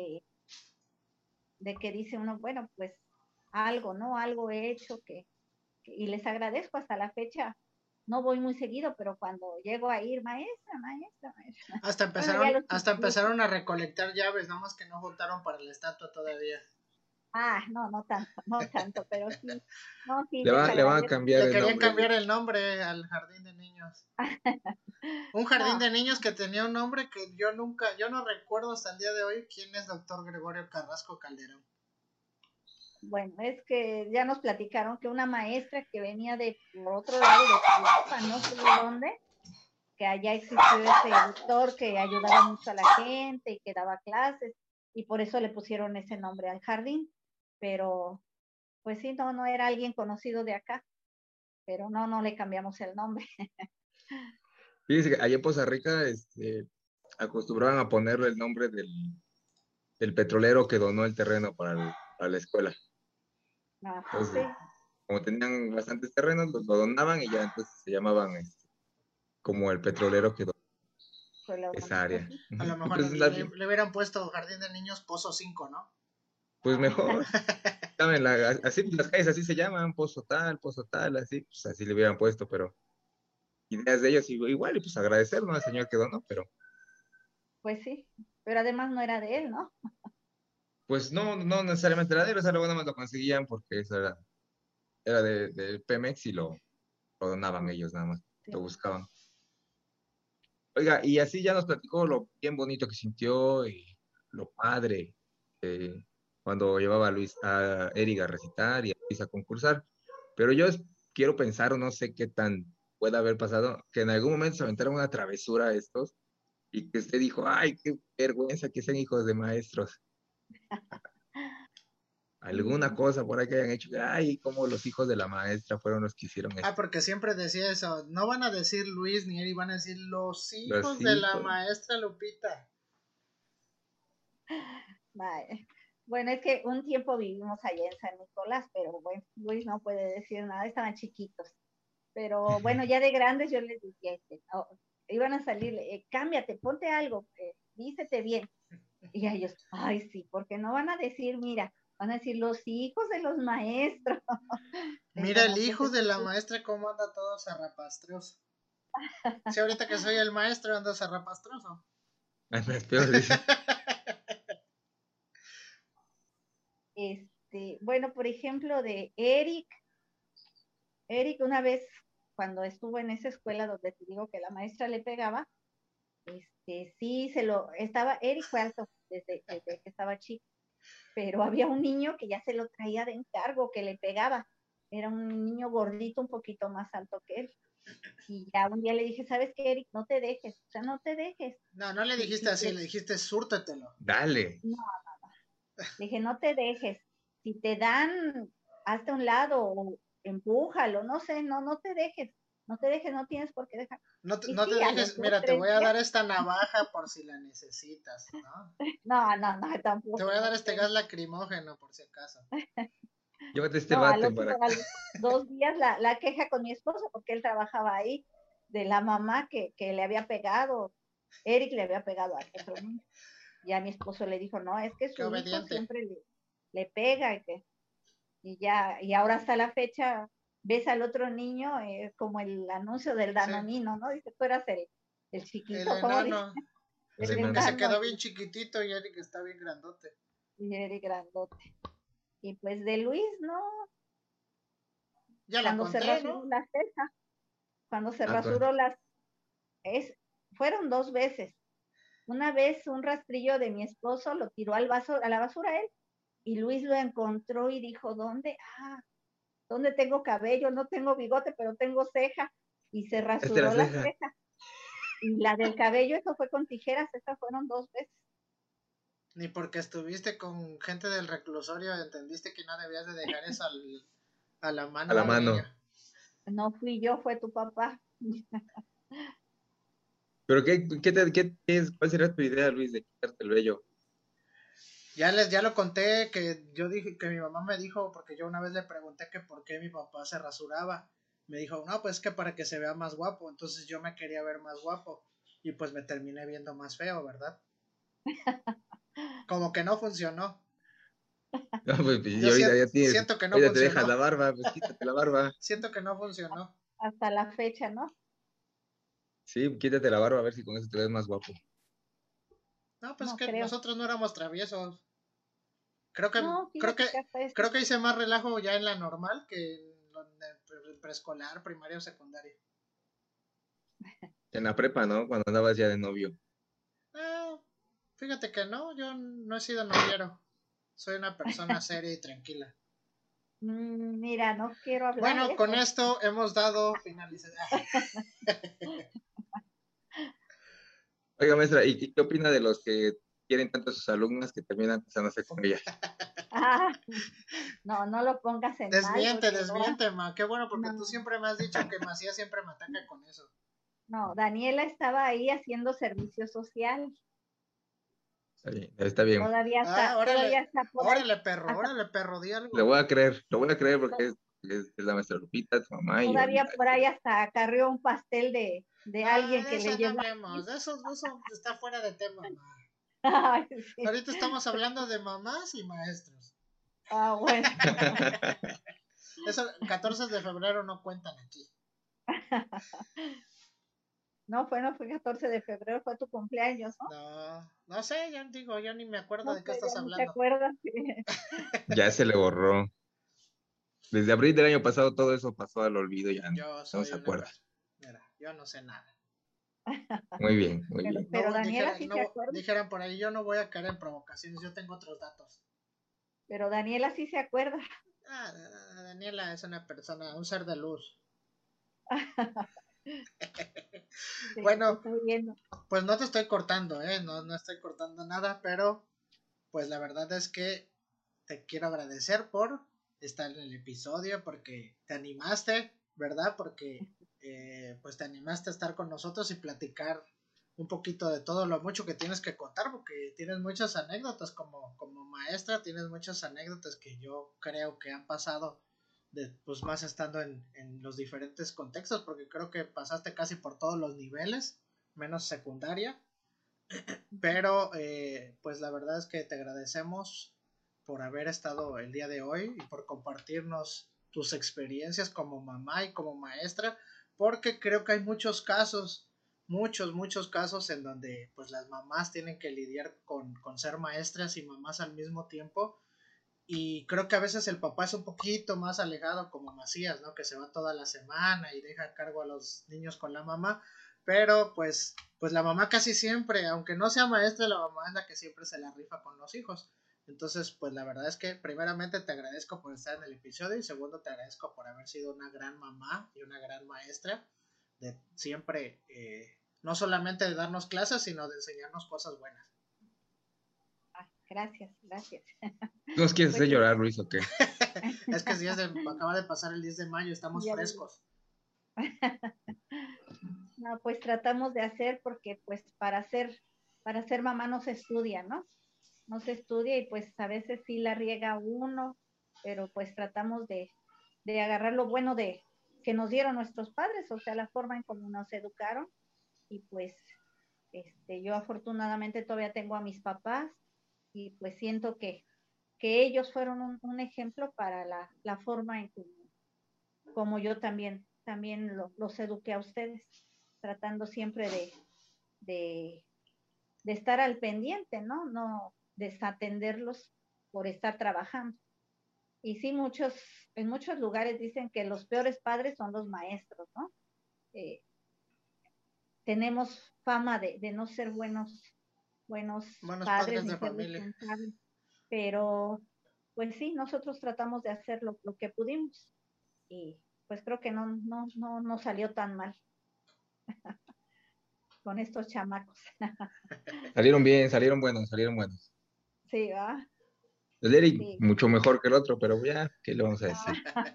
Speaker 4: de que dice uno, bueno, pues algo, ¿no? Algo he hecho y les agradezco hasta la fecha. No voy muy seguido, pero cuando llego a ir, maestra, maestra, maestra. Bueno,
Speaker 1: Hasta empezaron a recolectar llaves, nada más que no juntaron para la estatua todavía.
Speaker 4: No, no tanto, pero sí, no, sí,
Speaker 3: Le
Speaker 4: les
Speaker 3: van a
Speaker 4: agradezco.
Speaker 3: cambiar
Speaker 1: Le
Speaker 3: el
Speaker 1: querían
Speaker 3: nombre.
Speaker 1: cambiar el nombre al jardín de niños. Un jardín
Speaker 4: No,
Speaker 1: de niños que tenía un nombre que yo no recuerdo hasta el día de hoy quién es doctor Gregorio Carrasco Calderón.
Speaker 4: bueno, es que ya nos platicaron que una maestra que venía de por otro lado de Tlapa, no sé de dónde, que allá existió ese doctor que ayudaba mucho a la gente y que daba clases, y por eso le pusieron ese nombre al jardín, pero pues sí, no era alguien conocido de acá, pero no le cambiamos el nombre.
Speaker 3: Fíjense que allá en Poza Rica acostumbraban a ponerle el nombre del petrolero que donó el terreno para la escuela. Entonces,
Speaker 4: Sí,
Speaker 3: como tenían bastantes terrenos, lo donaban y ya entonces se llamaban como el petrolero que donó
Speaker 4: fue la
Speaker 3: esa
Speaker 4: pues
Speaker 3: área.
Speaker 4: sí.
Speaker 1: A lo
Speaker 3: Ujú. Y
Speaker 1: mejor
Speaker 3: pues,
Speaker 1: le hubieran puesto Jardín de Niños Pozo 5, ¿no?
Speaker 3: pues mejor, saben, así las calles así se llaman, Pozo tal, así, pues así le hubieran puesto, pero ideas de ellos igual, y pues agradecer, ¿no? Al señor que donó, pero
Speaker 4: Pues sí, pero además no era de él, ¿no?
Speaker 3: pues no necesariamente era de él, o sea, luego nada más lo conseguían porque eso era de Pemex y lo donaban ellos nada más,
Speaker 4: Sí.
Speaker 3: lo buscaban. Oiga, y así ya nos platicó lo bien bonito que sintió y lo padre cuando llevaba a a Eric a recitar y a Luis a concursar. Pero yo quiero pensar, o no sé qué tan puede haber pasado, que en algún momento se aventaron una travesura a estos y que usted dijo, ay, qué vergüenza que sean hijos de maestros. Alguna
Speaker 4: Mm,
Speaker 3: cosa por ahí que hayan hecho, ay, como los hijos de la maestra fueron los que hicieron esto.
Speaker 1: Porque siempre decía eso. No van a decir Luis ni Eri, van a decir los
Speaker 3: Los
Speaker 1: hijos de la
Speaker 3: hijos.
Speaker 1: maestra Lupita.
Speaker 4: vale. Bueno, es que un tiempo vivimos allá en San Nicolás, pero bueno, Luis no puede decir nada, estaban chiquitos. Pero bueno, ya de grandes yo les decía, iban a salir, cámbiate, ponte algo, dícete bien. Y ellos, ay, sí, porque no van a decir, mira, van a decir los hijos de los maestros.
Speaker 1: Mira el
Speaker 4: Como que
Speaker 1: hijo de la maestra cómo anda todo zarrapastroso. Si ahorita que soy el maestro ando zarrapastroso.
Speaker 3: Es peor, dice.
Speaker 4: bueno, por ejemplo, de Eric una vez cuando estuvo en esa escuela donde te digo que la maestra le pegaba, sí Eric fue alto desde que estaba chico, pero había un niño que ya se lo traía de encargo, que le pegaba, era un niño gordito, un poquito más alto que él, y ya un día le dije, ¿sabes qué, Eric? No te dejes, o sea, no te dejes.
Speaker 1: No le dijiste así, le dijiste súrtetelo.
Speaker 3: Dale.
Speaker 4: No, le dije, no te dejes, si te dan, hazte a un lado, o empújalo, no sé, no te dejes, no tienes por qué dejar. Y
Speaker 1: No te
Speaker 4: sí, a los
Speaker 1: dejes,
Speaker 4: dos,
Speaker 1: mira, te
Speaker 4: tres
Speaker 1: voy a
Speaker 4: días,
Speaker 1: dar esta navaja por si la necesitas, ¿no?
Speaker 4: no,
Speaker 1: Te
Speaker 4: tampoco,
Speaker 1: voy a dar
Speaker 4: no
Speaker 1: este
Speaker 4: sé.
Speaker 1: gas lacrimógeno por si acaso.
Speaker 3: Llévate este
Speaker 4: No,
Speaker 3: bate para
Speaker 4: a los 2 días la queja con mi esposo, porque él trabajaba ahí, de la mamá que le había pegado, Eric le había pegado al otro niño. Y a mi esposo le dijo, no, es que
Speaker 1: Qué
Speaker 4: su hijo
Speaker 1: obediente.
Speaker 4: siempre le pega y ahora hasta la fecha ves al otro niño como el anuncio del
Speaker 1: Sí,
Speaker 4: Danonino, ¿no? Dice, tú eras el
Speaker 1: el
Speaker 4: chiquito, ¿cómo dice?
Speaker 1: enano.
Speaker 3: el
Speaker 1: Sí,
Speaker 4: El
Speaker 1: porque se
Speaker 3: enano.
Speaker 4: enano
Speaker 1: quedó bien chiquitito y Eric está bien grandote.
Speaker 4: y Eric grandote. Y pues de Luis, ¿no?
Speaker 1: Ya la
Speaker 4: Cuando se
Speaker 1: conté,
Speaker 4: rasuró
Speaker 1: ¿no?
Speaker 4: la ceja. cuando se
Speaker 3: Ah,
Speaker 4: rasuró fueron 2 veces. Una vez un rastrillo de mi esposo lo tiró a la basura él, y Luis lo encontró y dijo, ¿dónde? ¿Dónde tengo cabello? No tengo bigote, pero tengo ceja. Y se
Speaker 3: Hazte la
Speaker 4: rasuró la
Speaker 3: ceja.
Speaker 4: ceja. Y la del cabello, eso fue con tijeras, esas fueron 2 veces.
Speaker 1: Ni porque estuviste con gente del reclusorio entendiste que no debías de dejar eso a la
Speaker 3: A
Speaker 1: mano
Speaker 3: la
Speaker 1: del
Speaker 3: mano.
Speaker 1: niño.
Speaker 4: No fui yo, fue tu papá.
Speaker 3: Pero ¿cuál sería tu idea, Luis, de quitarte el vello?
Speaker 1: Ya lo conté, que yo dije que mi mamá me dijo, porque yo una vez le pregunté que por qué mi papá se rasuraba. Me dijo, no, pues que para que se vea más guapo. Entonces yo me quería ver más guapo. Y pues me terminé viendo más feo, ¿verdad? Como que no funcionó.
Speaker 3: No, pues, y
Speaker 1: Yo
Speaker 3: ahorita ya tienes,
Speaker 1: siento que no
Speaker 3: ahorita te dejas la
Speaker 1: funcionó.
Speaker 3: barba, pues quítate la barba.
Speaker 1: Siento que no funcionó.
Speaker 4: Hasta la fecha, ¿no?
Speaker 3: Sí, quítate la barba a ver si con eso te ves más guapo.
Speaker 1: No, pues
Speaker 4: No
Speaker 1: que
Speaker 4: creo.
Speaker 1: nosotros no éramos traviesos. Creo que,
Speaker 4: No,
Speaker 1: creo que,
Speaker 4: fíjate que hasta eso.
Speaker 1: creo que hice más relajo ya en la normal que en el preescolar, primaria o secundaria.
Speaker 3: En la prepa, ¿no? Cuando andabas ya de novio.
Speaker 1: Fíjate que no, yo no he sido noviero. Soy una persona seria y tranquila.
Speaker 4: Mira, no quiero hablar de
Speaker 1: Bueno, con
Speaker 4: eso.
Speaker 1: esto hemos dado finalización.
Speaker 3: Oiga, maestra, ¿y qué opina de los que quieren tanto a sus alumnas que terminan casándose con ellas?
Speaker 4: Ah, no lo pongas en mal, porque
Speaker 1: Desmiente, ma. Qué bueno, porque tú
Speaker 4: no,
Speaker 1: siempre me has dicho que Macías siempre me ataca con eso.
Speaker 4: no, Daniela estaba ahí haciendo servicio social.
Speaker 3: Está bien.
Speaker 4: Todavía está por ahí.
Speaker 1: Órale, perro, di
Speaker 3: Le
Speaker 1: algo.
Speaker 3: voy a creer porque
Speaker 4: To-
Speaker 3: es la maestra Lupita, tu mamá y
Speaker 4: Todavía
Speaker 3: ahorita.
Speaker 4: por ahí hasta acarrió un pastel de
Speaker 1: Ah,
Speaker 4: alguien
Speaker 1: de
Speaker 4: que le
Speaker 1: eso no
Speaker 4: llevó.
Speaker 1: hablemos, de eso está fuera de tema, ma.
Speaker 4: Ay, sí.
Speaker 1: Ahorita estamos hablando de mamás y maestros.
Speaker 4: Bueno.
Speaker 1: Eso, 14 de febrero no cuentan aquí.
Speaker 4: No fue 14 de febrero, fue tu cumpleaños, ¿no?
Speaker 1: No sé, yo ni me acuerdo
Speaker 4: No
Speaker 1: de qué
Speaker 4: sé,
Speaker 1: estás
Speaker 4: ya no te
Speaker 1: hablando.
Speaker 4: acuerdas.
Speaker 3: Ya se le borró. Desde abril del año pasado todo eso pasó al olvido, ya
Speaker 1: Yo
Speaker 3: no
Speaker 1: soy
Speaker 3: se
Speaker 1: una
Speaker 3: acuerda.
Speaker 1: persona. Mira, yo no sé nada.
Speaker 3: Muy bien, muy
Speaker 4: Pero,
Speaker 3: bien.
Speaker 4: pero Daniela sí se acuerda.
Speaker 1: Dijeran por ahí, yo no voy a caer en provocaciones, yo tengo otros datos.
Speaker 4: Pero Daniela sí se acuerda.
Speaker 1: Ah, Daniela es una persona, un ser de luz.
Speaker 4: Sí, te
Speaker 1: Bueno,
Speaker 4: estoy viendo.
Speaker 1: pues no te estoy cortando, no estoy cortando nada, pero pues la verdad es que te quiero agradecer por estar en el episodio, porque te animaste, ¿verdad? Porque pues te animaste a estar con nosotros y platicar un poquito de todo lo mucho que tienes que contar, porque tienes muchas anécdotas como maestra, tienes muchas anécdotas que yo creo que han pasado pues más estando en los diferentes contextos, porque creo que pasaste casi por todos los niveles, menos secundaria. Pero pues la verdad es que te agradecemos por haber estado el día de hoy y por compartirnos tus experiencias como mamá y como maestra, porque creo que hay muchos casos, muchos casos en donde pues las mamás tienen que lidiar con ser maestras y mamás al mismo tiempo, y creo que a veces el papá es un poquito más alejado como Macías, ¿no? Que se va toda la semana y deja a cargo a los niños con la mamá, pero pues la mamá casi siempre, aunque no sea maestra, la mamá es la que siempre se la rifa con los hijos. Entonces, pues la verdad es que primeramente te agradezco por estar en el episodio y segundo te agradezco por haber sido una gran mamá y una gran maestra de siempre, no solamente de darnos clases, sino de enseñarnos cosas buenas.
Speaker 4: Ay, gracias.
Speaker 3: ¿Tú nos quieres
Speaker 4: Pues
Speaker 3: hacer
Speaker 4: sí.
Speaker 3: llorar, Luis, o qué?
Speaker 1: Es que acaba de pasar el 10 de mayo, estamos
Speaker 4: Ya
Speaker 1: frescos.
Speaker 4: No, pues tratamos de hacer, porque pues para ser mamá no se estudia, ¿no? No se estudia, y pues a veces sí la riega uno, pero pues tratamos de agarrar lo bueno de que nos dieron nuestros padres, o sea, la forma en cómo nos educaron. Y pues yo afortunadamente todavía tengo a mis papás, y pues siento que ellos fueron un ejemplo para la forma en como yo también los eduqué a ustedes, tratando siempre de, de estar al pendiente, ¿no? No desatenderlos por estar trabajando. Y sí, en muchos lugares dicen que los peores padres son los maestros, ¿no? eh, tenemos fama de no ser buenos
Speaker 1: Buenos
Speaker 4: padres
Speaker 1: padres
Speaker 4: ni
Speaker 1: de
Speaker 4: ser
Speaker 1: familia.
Speaker 4: responsables, pero pues sí, nosotros tratamos de hacer lo que pudimos y pues creo que no salió tan mal con estos chamacos.
Speaker 3: Salieron bien, salieron buenos, salieron buenos.
Speaker 4: Sí, ¿va?
Speaker 3: El Eric,
Speaker 4: Sí.
Speaker 3: mucho mejor que el otro, pero ya, ¿qué le vamos a decir?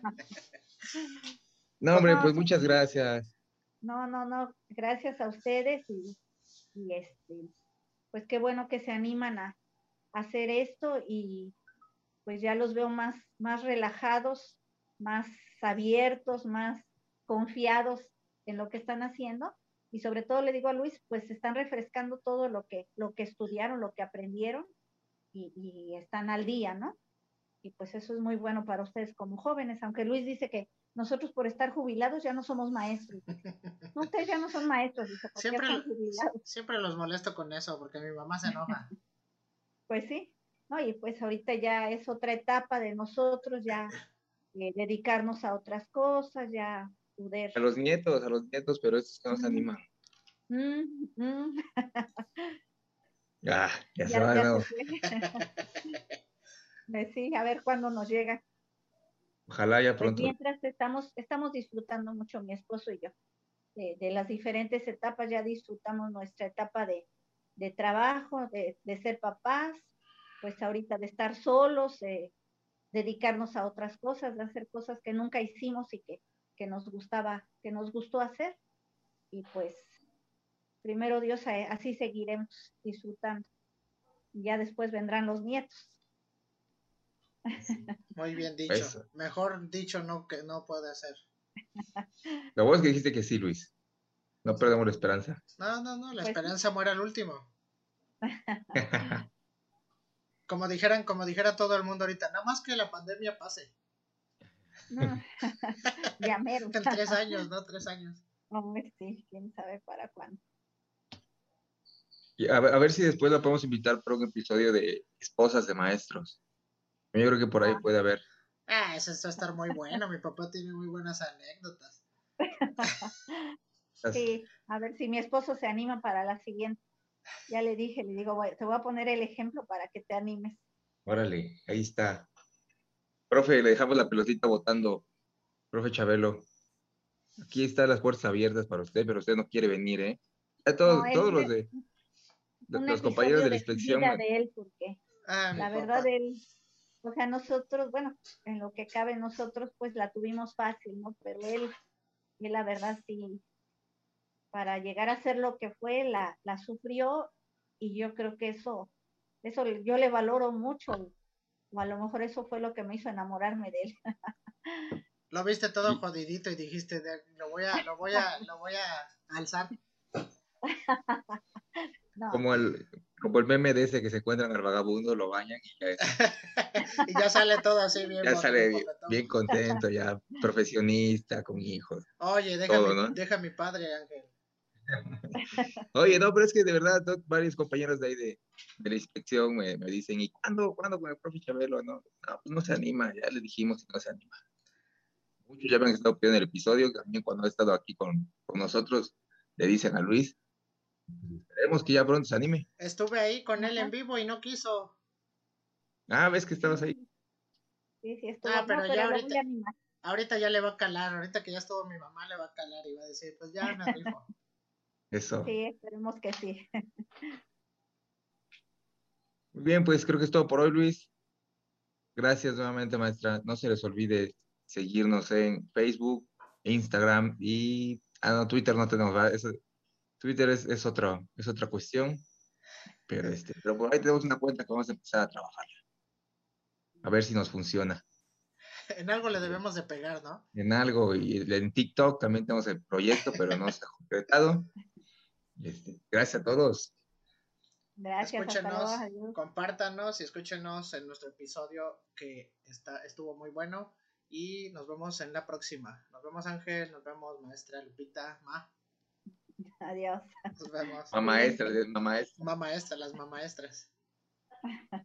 Speaker 3: No,
Speaker 1: Co-
Speaker 3: hombre,
Speaker 4: No,
Speaker 3: pues
Speaker 4: sí,
Speaker 3: muchas gracias.
Speaker 4: no, gracias a ustedes y pues qué bueno que se animan a hacer esto y pues ya los veo más relajados, más abiertos, más confiados en lo que están haciendo. Y sobre todo le digo a Luis, pues están refrescando todo lo que estudiaron, lo que aprendieron y están al día, ¿no? Y pues eso es muy bueno para ustedes como jóvenes, aunque Luis dice que nosotros por estar jubilados ya no somos maestros. No, ustedes ya no son maestros, dice, porque ya
Speaker 1: Siempre,
Speaker 4: están jubilados.
Speaker 1: siempre los molesto con eso porque mi mamá se enoja.
Speaker 4: Pues sí, ¿no? Y pues ahorita ya es otra etapa de nosotros, ya dedicarnos a otras cosas, ya poder.
Speaker 3: A los nietos, pero estos que no se
Speaker 4: Mm,
Speaker 3: animan.
Speaker 4: mm, mm,
Speaker 3: Ah, ya se
Speaker 4: ya,
Speaker 3: va de
Speaker 4: ya se
Speaker 3: nuevo.
Speaker 4: fue. Sí, a ver cuándo nos llega.
Speaker 3: Ojalá ya
Speaker 4: Pues
Speaker 3: pronto.
Speaker 4: mientras estamos disfrutando mucho mi esposo y yo de las diferentes etapas, ya disfrutamos nuestra etapa de trabajo, de ser papás, pues ahorita de estar solos, dedicarnos a otras cosas, de hacer cosas que nunca hicimos y que nos gustó hacer. Y pues, primero Dios, así seguiremos disfrutando. Y ya después vendrán los nietos.
Speaker 1: Muy bien dicho.
Speaker 3: Eso.
Speaker 1: Mejor dicho no que no puede ser.
Speaker 3: Lo bueno es que dijiste que sí, Luis. No perdamos la esperanza.
Speaker 1: No, la
Speaker 4: Pues sí.
Speaker 1: esperanza muere al último. Como dijera todo el mundo ahorita, nada más que la pandemia pase.
Speaker 4: No, ya mero.
Speaker 1: En 3 años, ¿no? 3 años.
Speaker 4: No, sí, quién sabe para cuándo.
Speaker 3: Y a ver si después la podemos invitar para un episodio de esposas de maestros. Yo creo que por ahí
Speaker 4: Ah,
Speaker 3: puede haber.
Speaker 1: Eso va a estar muy bueno. Mi papá tiene muy buenas anécdotas.
Speaker 3: las-
Speaker 4: sí, a ver si mi esposo se anima para la siguiente. Ya le dije, le digo, te voy a poner el ejemplo para que te animes.
Speaker 3: Órale, ahí está. Profe, le dejamos la pelotita votando. Profe Chabelo, aquí están las puertas abiertas para usted, pero usted no quiere venir, ¿eh? Ya
Speaker 4: No,
Speaker 3: todos los de
Speaker 4: un
Speaker 3: los compañeros
Speaker 4: episodio
Speaker 3: de la
Speaker 4: de su
Speaker 3: inspección,
Speaker 4: vida de él, porque
Speaker 1: Mi
Speaker 4: la verdad
Speaker 1: papá.
Speaker 4: él, o sea, nosotros, bueno, en lo que cabe nosotros, pues la tuvimos fácil, ¿no? Pero él la verdad sí, para llegar a ser lo que fue, la sufrió y yo creo que eso yo le valoro mucho, o a lo mejor eso fue lo que me hizo enamorarme de él.
Speaker 1: Lo viste todo
Speaker 3: y
Speaker 1: jodidito y dijiste, lo voy a alzar.
Speaker 4: No,
Speaker 3: como como el meme de ese que se encuentran al vagabundo, lo bañan y
Speaker 1: Y ya sale todo así
Speaker 3: ya
Speaker 1: bien
Speaker 3: sale
Speaker 1: guapetón.
Speaker 3: bien contento, ya profesionista, con hijos,
Speaker 1: Oye,
Speaker 3: todo, ¿no?
Speaker 1: deja a mi padre, Ángel.
Speaker 3: Oye, no, pero es que de verdad, varios compañeros de ahí de la inspección me dicen, ¿y cuándo con el profe Chabelo? No, no, pues no se anima, ya le dijimos y no se anima. Muchos ya me han estado pidiendo el episodio, también cuando ha estado aquí con nosotros, le dicen a Luis, esperemos que ya pronto se anime.
Speaker 1: Estuve ahí con él en
Speaker 4: ajá,
Speaker 1: vivo y no quiso.
Speaker 3: Ah, ves que estabas ahí.
Speaker 4: sí, sí, estuvo, no,
Speaker 1: Pero ya
Speaker 4: pero lo voy a animar.
Speaker 1: ahorita ya le va a calar. Ahorita que ya estuvo mi mamá, le va a calar y va a decir, pues ya me rifo.
Speaker 3: Eso.
Speaker 4: Sí, esperemos que sí.
Speaker 3: Muy bien, pues creo que es todo por hoy, Luis. Gracias nuevamente, maestra. No se les olvide seguirnos en Facebook, Instagram y... Ah, no, Twitter no tenemos, ¿verdad? Twitter es otra cuestión, pero por ahí tenemos una cuenta que vamos a empezar a trabajar, a ver si nos funciona
Speaker 1: En algo le debemos de pegar, ¿no?
Speaker 3: en algo. Y en TikTok también tenemos el proyecto, pero no se ha concretado. Gracias a todos.
Speaker 4: Gracias, hasta luego,
Speaker 1: Escúchenos,
Speaker 4: adiós.
Speaker 1: compártanos y escúchenos en nuestro episodio que estuvo muy bueno. Y nos vemos en la próxima. Nos vemos, Ángel. Nos vemos, maestra Lupita.
Speaker 4: Adiós.
Speaker 1: Nos vemos.
Speaker 3: Mamá extra,
Speaker 4: Cuídense.
Speaker 3: mamá extra.
Speaker 1: Mamá maestra, las mamaestras.